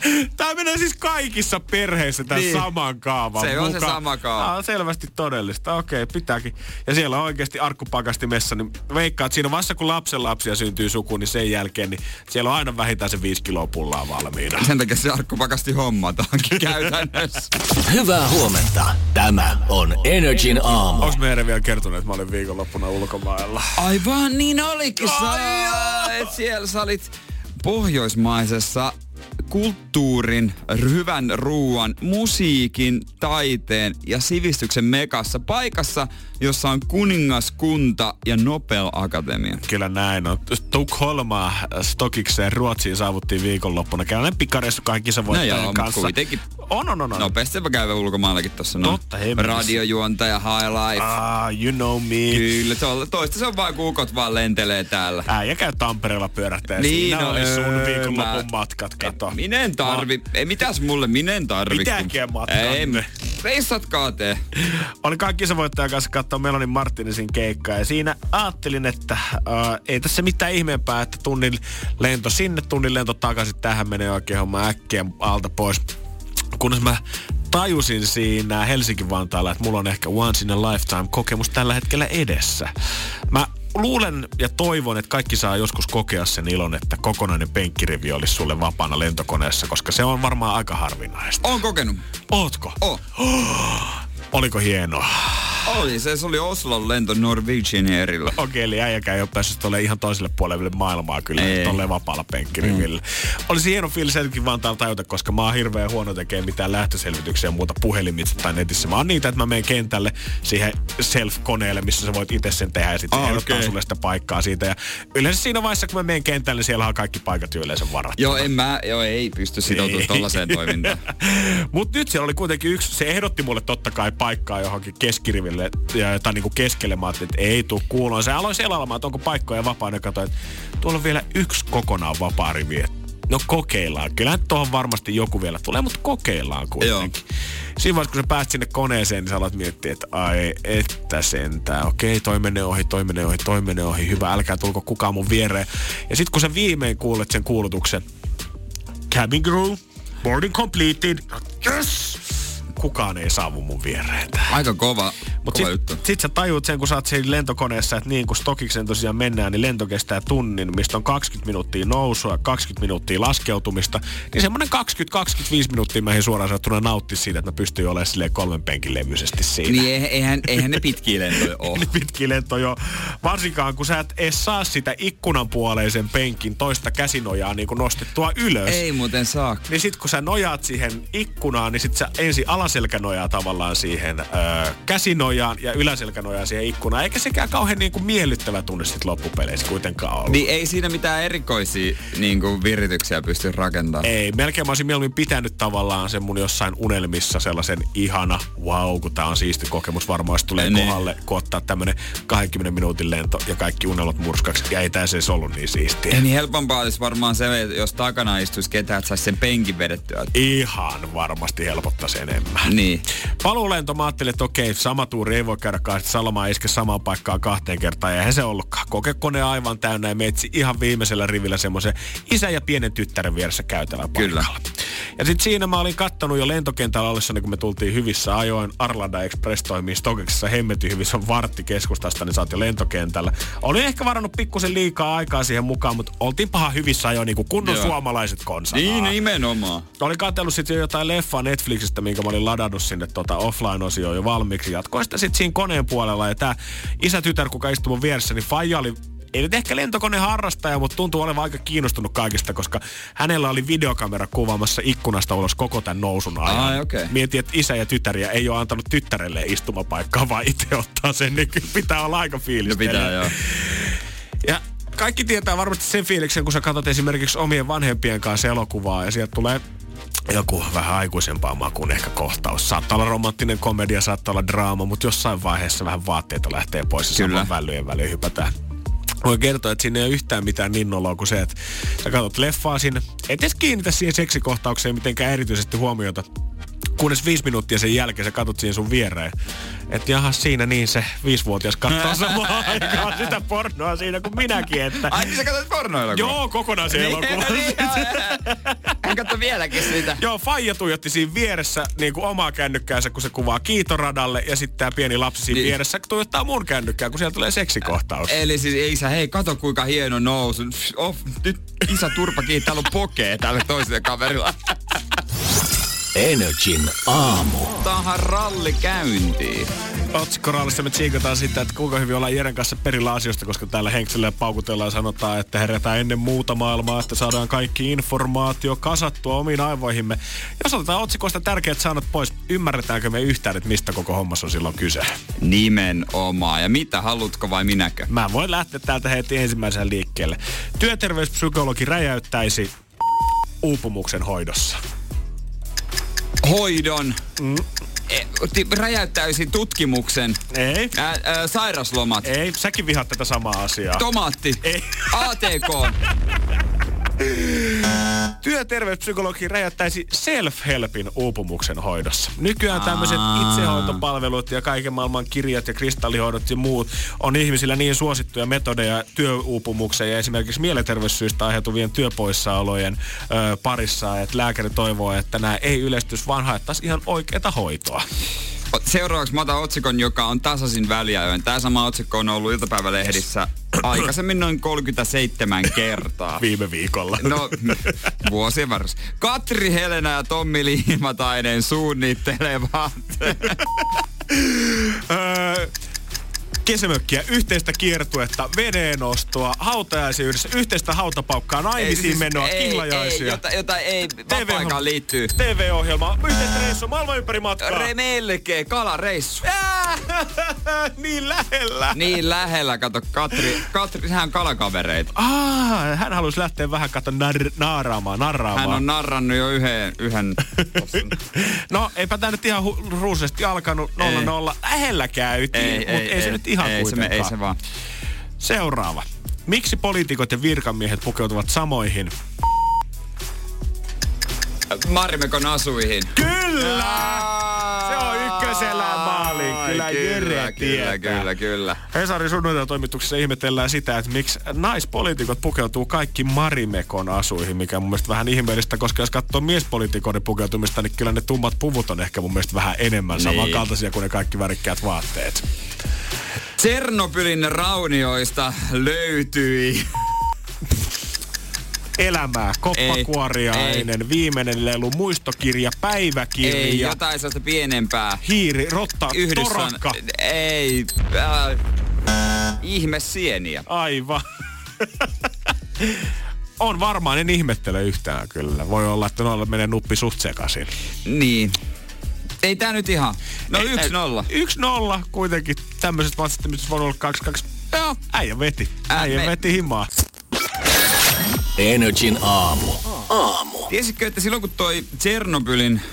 Tää menee siis kaikissa perheissä tämän saman kaavan se on se sama kaava. Tää on selvästi todellista. Okei, pitääkin. Ja siellä on oikeasti arkkupakastimessa, niin veikkaa, että siinä vasta kun lapsenlapsia syntyy sukuun, niin sen jälkeen, niin siellä on aina vähintään se 5 kiloa pullaa valmiina. Sen takia se arkkupakasti hommataankin käytännössä. Hyvää huomenta. Tämä on Energin aamu. Onks meidän vielä kertonut, että mä olin viikonloppuna ulkomailla? Aivan, niin olikin siellä sä olit pohjoismaisessa kulttuurin, hyvän ruuan, musiikin, taiteen ja sivistyksen mekassa. Paikassa, jossa on kuningaskunta ja Nobel-akatemia. Kyllä näin on. Tukholma Stokikseen Ruotsiin saavuttiin viikonloppuna. Käydään pikareissu kahden kisavoittajan kanssa. Kuitenkin. On. Nopeasti mä käyn ulkomaallakin tossa. Totta, radiojuontaja, high life. You know me. Kyllä, toista se on vaan kuukot vaan lentelee täällä. Ja käy Tampereella pyörähtää. Niin, siinä oli sun viikonlopun matkat, kato. Minä en tarvi. Ei mitäs mulle, minä en tarvi. Mitäkään matkanne. Reissatkaa te. Olin kahden kisavoittajan kanssa katsoa Melanie Martinezin keikkaa ja siinä ajattelin, että ei tässä mitään ihmeempää, että tunnin lento sinne, tunnin lento takaisin. Tähän menee oikein homma äkkiä alta pois. Kunnes mä tajusin siinä Helsinki-Vantaalla, että mulla on ehkä once in a lifetime kokemus tällä hetkellä edessä. Mä luulen ja toivon, että kaikki saa joskus kokea sen ilon, että kokonainen penkkirivi olisi sulle vapaana lentokoneessa, koska se on varmaan aika harvinaista. Oon kokenut. Ootko? Oliko hienoa? Se oli Oslon lento Norwegian Airilla. Okei, eli äijäkään ei ole päässyt tuolle ihan toiselle puolelle maailmaa kyllä, tolleen vapaalla penkkirivillä. Olisi hieno fiilis hetkin Vantaalla tajuta, koska mä oon hirveän huono tekemään mitään lähtöselvityksiä ja muuta puhelimitse tai netissä. Mä oon niitä, että mä menen kentälle siihen self-koneelle, missä sä voit itse sen tehdä ja sitten se ehdottaa sulle sitä paikkaa siitä. Ja yleensä siinä vaiheessa, kun mä menen kentälle, niin siellä on kaikki paikat jo yleensä varattuna. Ei pysty sitoutumaan tollaiseen toimintaan. Mut nyt siellä oli kuitenkin yksi, se ehdotti mulle totta kai paikkaa johonkin keskiriville tai niinku keskelle. Mä ajattelin, että ei tuu kuuloon. Se aloin selailemaan, että onko paikkoja vapaana. Katsoin, että tuolla on vielä yksi kokonaan vapaa rivi. No kokeillaan. Kyllähän tuohon varmasti joku vielä tulee, mutta kokeillaan kuitenkin. Joo. Siinä vaiheessa, kun sä pääst sinne koneeseen, niin sä alat miettiä, että ai, että sentään. Okei, toi menee ohi. Hyvä, älkää tulko kukaan mun viereen. Ja sit kun sä viimein kuulet sen kuulutuksen, cabin crew, boarding completed. Yes! Kukaan ei saavu mun viereen. Aika kova juttu. Sit sä tajuut sen, kun sä oot siinä lentokoneessa, että niin kun Stokikseen tosiaan mennään, niin lento kestää tunnin, mistä on 20 minuuttia nousua, 20 minuuttia laskeutumista. Niin semmonen 20-25 minuuttia mä suoraan sanottuna nauttia siitä, että mä pystyn olemaan silleen 3 penkin levyisesti siinä. Niin eihän ne pitkiä lentoja ole. Ne pitkiä lentoja ole. Varsinkaan, kun sä et edes saa sitä ikkunan puoleisen penkin toista käsinojaa niin kuin nostettua ylös. Ei muuten saa. Niin sit kun sä nojaat siihen ikkunaan, niin sit sä ensin alaselkänojaa tavallaan siihen käsinojaan ja yläselkänojaa siihen ikkunaan. Eikä sekään kauhean niin kuin miellyttävä tunne sit loppupeleissä kuitenkaan ollut. Niin ei siinä mitään erikoisia niin kuin virityksiä pysty rakentamaan. Ei, melkein mä olisin mieluummin pitänyt tavallaan sen mun jossain unelmissa sellaisen ihana, kun tää on siisti kokemus varmaan, jos tulee kohdalle, kun ottaa tämmönen 20 minuutin lento ja kaikki unelmat murskaksi. Ja ei tää se ollut niin siistiä. Ja niin helpompaa olisi varmaan se, jos takana istuisi ketään, että saisi sen penkin vedettyä. Ihan varmasti helpottaisi enemmän. Niin. Paluulento mä ajattelin, että okei, sama tuuri ei voi käydä kahdesta. Salomaa iske samaan paikkaan 2 kertaa. Ja eihän se ollutkaan. Kokekone aivan täynnä ja meitsi ihan viimeisellä rivillä semmoisen isän ja pienen tyttären vieressä käytävän paikalla. Ja sit siinä mä olin kattonut jo lentokentällä ollessani, kun me tultiin hyvissä ajoin. Arlanda Express toimii Stokiksessa hemmetin hyvissä, on vartti keskustasta, niin sä oot jo lentokentällä. Olin ehkä varannut pikkusen liikaa aikaa siihen mukaan, mutta oltiin paha hyvissä ajoin niin kuin kunnon suomalaiset konsanaa. Niin, nimenomaan. Olin katsellut sitten jotain leffaa Netflixistä, minkä mä olin ladannut sinne offline-osioon jo valmiiksi. Jatkoin sitä sitten siinä koneen puolella. Ja tää isä-tytär, kuka istui mun vieressä, niin faija oli, ei nyt ehkä lentokoneen harrastaja, mutta tuntuu olevan aika kiinnostunut kaikista, koska hänellä oli videokamera kuvaamassa ikkunasta ulos koko tämän nousun ajan. Mietin, että isä ja tytäriä ei ole antanut tyttärelle istumapaikkaa, vaan itse ottaa sen, niin pitää olla aika fiilis. No pitää, joo. Ja kaikki tietää varmasti sen fiiliksen, kun sä katsot esimerkiksi omien vanhempien kanssa elokuvaa ja sieltä tulee joku vähän aikuisempaa makuun ehkä kohtaus. Saattaa olla romanttinen komedia, saattaa olla draama, mutta jossain vaiheessa vähän vaatteita lähtee pois ja saman vällyjen väliin hypätään. Voin kertoa, että siinä ei ole yhtään mitään niin noloa kuin se, että sä katsot leffaa sinne, et edes kiinnitä siihen seksikohtaukseen mitenkään erityisesti huomiota. Kunnes 5 minuuttia sen jälkeen sä katsot siihen sun viereen. Että jaha, siinä niin se 5-vuotias katsoo samaan aikaan sitä pornoa siinä kuin minäkin. Että... Ai niin sä katsot pornoelokuvaa? Joo, kokonaan se elokuva. Hän katsoi vieläkin sitä. Joo, faija tuijotti siinä vieressä niin kuin omaa kännykkäänsä, kun se kuvaa kiitoradalle. Ja sitten tää pieni lapsi siinä vieressä tuijottaa mun kännykkää, kun siellä tulee seksikohtaus. Eli siis isä, hei kato kuinka hieno nousu. Nyt isä turpa kiinni, täällä on pokee tälle toiselle kaverilla. Energin aamu. Tämähän ralli käyntiin. Otsikkorallissa me tsiikataan sitä, että kuinka hyvin ollaan Jeren kanssa perillä asioista, koska täällä Henkselle paukutellaan ja sanotaan, että herätään ennen muuta maailmaa, että saadaan kaikki informaatio kasattua omiin aivoihimme. Jos otetaan otsikoista tärkeät sanot pois, ymmärretäänkö me yhtään, että mistä koko hommassa on silloin kyse? Nimenomaan. Ja mitä, haluatko vai minäkö? Mä voin lähteä täältä heti ensimmäisen liikkeelle. Työterveyspsykologi räjäyttäisi uupumuksen hoidossa. Hoidon. Räjäyttäisi tutkimuksen. Ei. Sairaslomat. Ei, säkin vihaat tätä samaa asiaa. Tomaatti. Ei. ATK. Työterveyspsykologi räjäyttäisi self-helpin uupumuksen hoidossa. Nykyään tämmöiset itsehoitopalvelut ja kaiken maailman kirjat ja kristallihoidot ja muut on ihmisillä niin suosittuja metodeja työuupumukseen ja esimerkiksi mielenterveyssyistä aiheutuvien työpoissaolojen parissa, että lääkäri toivoo, että nämä ei yleistyisi, vaan haettaisiin ihan oikeaa hoitoa. Seuraavaksi mä otan otsikon, joka on tasaisin väliajoin. Tämä sama otsikko on ollut iltapäivälehdissä aikaisemmin noin 37 kertaa. Viime viikolla. No, vuosien varressa. Katri Helena ja Tommi Liimatainen suunnittelevat. Kesämökkiä, yhteistä kiertuetta, vedennostoa, hautajaisia yhdessä, yhteistä hautapaukkaa, naimisiin menoa, kihlajaisia. Jota ei vapaa-aikaan liittyy. TV-ohjelma, yhteistä reissua, maailman ympäri matkaa. Melkein, kalareissu. Niin lähellä. Niin lähellä, kato Katri, sehän on kalakavereita. Hän halusi lähteä vähän narraamaan. Hän on narrannut jo yhden. No, eipä tää nyt ihan ruusesti alkanut 0-0. Lähellä käytiin, mutta ei se nyt ihan kuitenkaan. Ei se vaan. Seuraava. Miksi poliitikot ja virkamiehet pukeutuvat samoihin? Marimekon asuihin. Kyllä! Se on ykkösellä maaliin. Kyllä Jere tietää. Kyllä. Hesarin sunnuntai-toimituksessa ihmetellään sitä, että miksi naispoliitikot pukeutuu kaikki Marimekon asuihin, mikä on mun mielestä vähän ihmeellistä, koska jos katsoo miespoliitikoiden pukeutumista, niin kyllä ne tummat puvut on ehkä mun mielestä vähän enemmän samankaltaisia kuin ne kaikki värikkäät vaatteet. Tsernobylin raunioista löytyi elämää, koppakuoriainen, viimeinen lelu, muistokirja, päiväkirja. Ei, jotain sellaista pienempää. Hiiri, rotta, torakka. Ei, ihmesieniä. Aivan. On varmaan, en ihmettele yhtään kyllä. Voi olla, että noilla menee nuppi suht sekaisin. Niin. Ei tää nyt ihan. No 1-0. 1-0 kuitenkin. Tämmöiset matsit, missä voi olla 2-2. Joo, äijä veti. Veti himaa. Energin aamu. Tiesitkö, että silloin kun toi Tsernobylin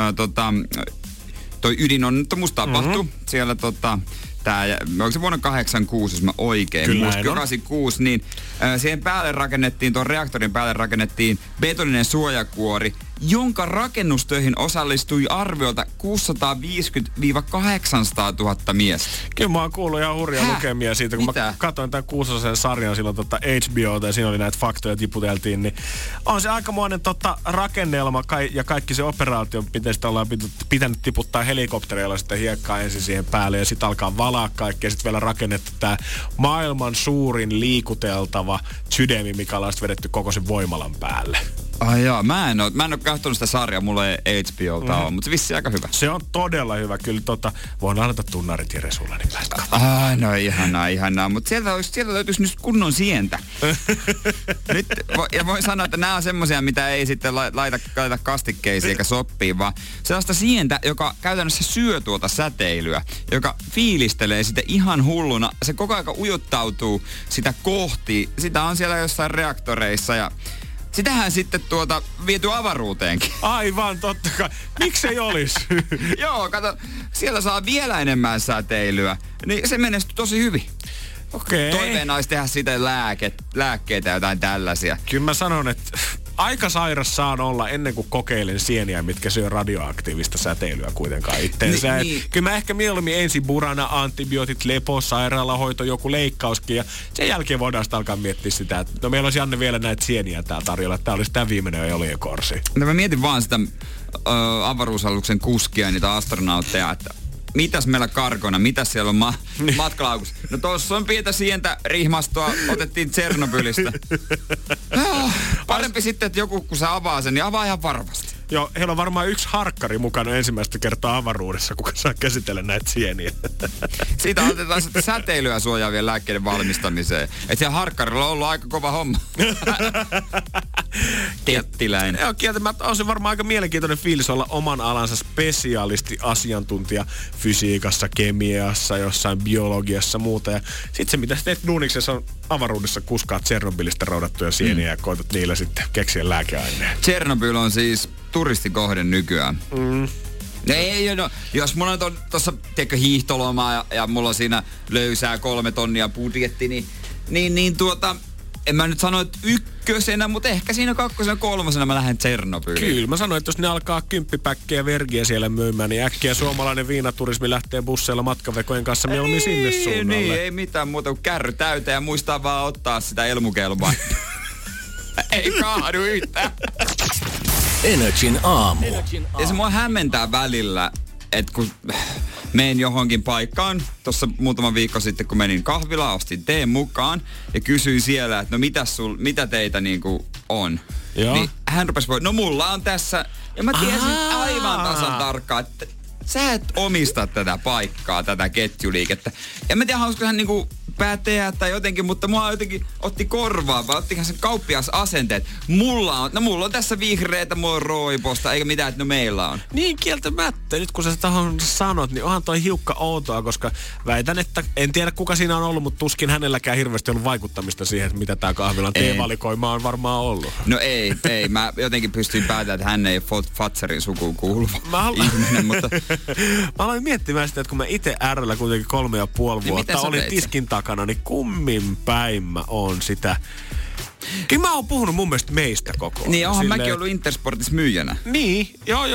toi ydinonnettomuus tapahtui, siellä onko se vuonna 86, jos mä oikein muistin, 86, niin siihen päälle rakennettiin, tuon reaktorin päälle rakennettiin betoninen suojakuori, jonka rakennustöihin osallistui arviolta 650-800 000 miestä. Kyllä mä oon kuullut ihan hurjaa lukemia siitä, kun mä katsoin tämän 6-osaisen sarjan silloin HBO:ta ja siinä oli näitä faktoja tiputeltiin, niin on se aikamoinen rakennelma ja kaikki se operaatio, miten sitä ollaan pitänyt tiputtaa helikoptereilla sitä hiekkaa ensin siihen päälle ja sitten alkaa valaa kaikkea ja sitten vielä rakennettu tää maailman suurin liikuteltava sydämi, mikä ollaan vedetty koko sen voimalan päälle. Ai jaa, mä en oo katsonut sitä sarjaa, mulla ei HBO:ta ole, mutta se vissi aika hyvä. Se on todella hyvä, kyllä voin alata tunnarit Jere sulla, niin päästä no ihanaa, mutta sieltä löytyisi nyt kunnon sientä. Nyt, ja voin sanoa, että nämä on semmosia, mitä ei sitten laita kastikkeisiin eikä soppiin, vaan sellaista sientä, joka käytännössä syö tuota säteilyä, joka fiilistelee sitä ihan hulluna. Se koko aika ujuttautuu sitä kohti. Sitä on siellä jossain reaktoreissa ja sitähän sitten viety avaruuteenkin. Aivan, totta kai. Miksei olisi? Joo, kato, siellä saa vielä enemmän säteilyä. Niin se menestyi tosi hyvin. Okei. Toiveena olisi tehdä siitä lääkkeitä ja jotain tällaisia. Kyllä mä sanon, että aika sairas saan olla ennen kuin kokeilen sieniä, mitkä syö radioaktiivista säteilyä kuitenkaan itteensä. Niin. Kyllä mä ehkä mieluummin ensin burana, antibiootit, lepo, sairaalahoito, joku leikkauskin ja sen jälkeen voidaan sitten alkaa miettiä sitä, että no meillä olisi Janne vielä näitä sieniä täällä tarjolla, että tää olisi tää viimeinen oljenkorsi. No mä mietin vaan sitä avaruusaluksen kuskia ja niitä astronautteja, että mitäs meillä karkona, mitäs siellä on matkalaukussa? No tossa on pientä sientä rihmastoa, otettiin Tsernobylistä. Parempi sitten, että joku kun se avaa sen, niin avaa ihan varmasti. Joo, heillä on varmaan yksi harkkari mukana ensimmäistä kertaa avaruudessa, kuka saa käsitellä näitä sieniä. Siitä otetaan sitten säteilyä suojaavien lääkkeiden valmistamiseen. Että siellä harkkarilla on ollut aika kova homma. Tettiläinen. Joo, kieltämättä on se varmaan aika mielenkiintoinen fiilis olla oman alansa spesialisti, asiantuntija fysiikassa, kemiassa, jossain biologiassa muuta. Ja sitten se, mitä sä teet duuniksessa on avaruudessa kuskaa Tsernobylistä roudattuja sieniä ja koetat niillä sitten keksiä lääkeaineen. Tsernobyl on siis turistikohde nykyään. Ei, no, jos mulla on tuossa hiihtolomaa ja mulla on siinä löysää 3 tonnia budjetti, niin en mä nyt sano, että ykkösenä, mutta ehkä siinä 2. ja 3. mä lähden Tsernobyliin. Kyllä, mä sanoin, että jos ne alkaa 10 päkkiä vergiä siellä myymään, niin äkkiä suomalainen viinaturismi lähtee busseilla matkavekojen kanssa mieluummin sinne suunnalle. Niin, ei mitään muuta kuin kärry täyteen ja muistaa vaan ottaa sitä elmukelmaa. Ei kaadu yhtään. Energin aamu. Ja se mua hämmentää välillä, että kun menen johonkin paikkaan, tuossa muutama viikko sitten, kun menin kahvilaan, ostin teen mukaan ja kysyin siellä, että no mitä teitä niinku on. Joo. Niin hän rupesi no mulla on tässä, ja mä tiesin aivan tasan tarkkaan, että sä et omista tätä paikkaa, tätä ketjuliikettä. En mä tiedä, haluaisiko hän niinku päteä tai jotenkin, mutta mua jotenkin otti korvaa, vai ottihan sen kauppias asenteet. Mulla on tässä vihreätä, mulla on rooiposta, eikä mitään, että no meillä on. Niin kieltämättä. Nyt kun sä tahon sanot, niin onhan toi hiukka outoa, koska väitän, että en tiedä kuka siinä on ollut, mutta tuskin hänelläkään hirveästi ollut vaikuttamista siihen, että mitä tää kahvilan teevalikoima on varmaan ollut. No ei. Mä jotenkin pystyin päätämään, että hän ei Fatserin sukuun kuuluva ihminen, mutta mä aloin miettimään sitä, että kun mä itse R:llä kuitenkin 3,5 vuotta olin tiskin takana, niin kummin päin mä oon sitä. Kyllä mä oon puhunut mun mielestä meistä koko ajan. Niin, onhan mäkin ollut Intersportissa myyjänä. Niin,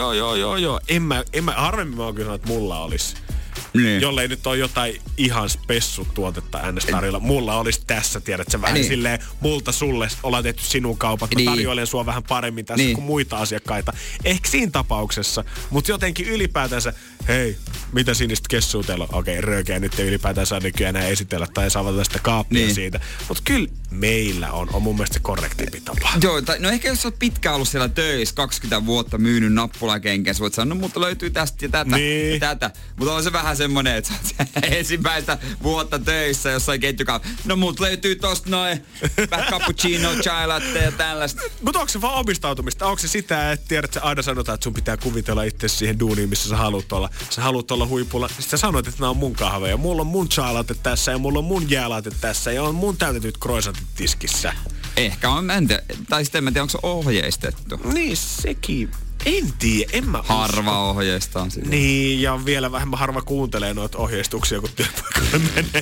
joo. Harvemmin mä oon kyllä sanonut, että mulla olisi. Niin. Jollei nyt ole jotain ihan spessutuotetta tarjolla. Mulla olisi tässä, tiedät sä, vähän silleen multa sulle, ollaan tehty sinun kaupat. Mä tarjoilen sua vähän paremmin tässä kuin muita asiakkaita. Ehkä siinä tapauksessa, mutta jotenkin ylipäätänsä, hei, mitä sinistä kessua teillä on? Okei, röökeä nyt ei ylipäätään saa nykyään enää esitellä tai saa avata sitä kaappia siitä. Mutta kyllä meillä on mun mielestä se korrektimpi tapa. Joo, no ehkä jos sä oot pitkään ollut siellä töissä, 20 vuotta myynyt nappulakenkään, sä voit sanoa, no mutta löytyy tästä ja tätä ja tätä. Mutta on se vähän semmonen, että sä oot ensimmäistä vuotta töissä jossain ketjukaan. No mut löytyy tosta noin cappuccino, chai latte ja tällaista. Mutta onko se vaan omistautumista? Onko se sitä, että tiedät, sä aina sanotaan, että sun pitää kuvitella itse siihen duuniin, missä sä haluat olla. Sä haluat olla huipulla. Sitten sä sanoit, että nämä on mun kahveja. Mulla on mun chai latte tässä ja mulla on mun jäälatte tässä ja on mun täytetyt croissantit tiskissä. Ehkä on, tai sitten en tiedä, onko se ohjeistettu. Niin, sekin. En tiedä, en mä harva ohjeistaa sitä. Niin, ja vielä vähemmän harva kuuntelee noita ohjeistuksia, kun työpaikalle menee.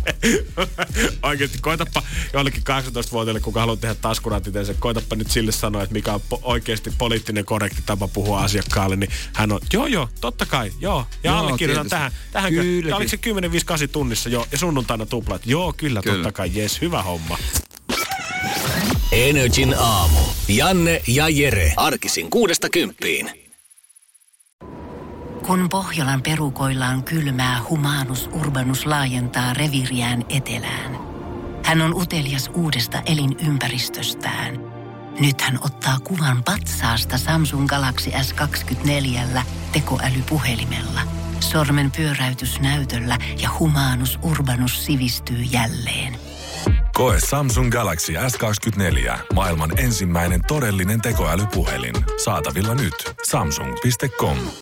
Oikeesti, koitappa jollekin 18-vuotiaille, kuka haluaa tehdä taskuratitensa, koitappa nyt sille sanoa, että mikä on oikeasti poliittinen korrekti tapa puhua asiakkaalle, niin hän on, joo, totta kai, joo. Ja allekirjoitan tähän. Ja oliko se 10-5-8 tunnissa, joo, ja sunnuntaina tuplat. Joo, kyllä, totta kai, jes, hyvä homma. Energin aamu. Janne ja Jere. Arkisin 6–10. Kun Pohjolan perukoillaan kylmää, Humanus Urbanus laajentaa reviiriään etelään. Hän on utelias uudesta elinympäristöstään. Nyt hän ottaa kuvan patsaasta Samsung Galaxy S24 tekoälypuhelimella. Sormen pyöräytys näytöllä ja Humanus Urbanus sivistyy jälleen. Koe Samsung Galaxy S24. Maailman ensimmäinen todellinen tekoälypuhelin. Saatavilla nyt. Samsung.com.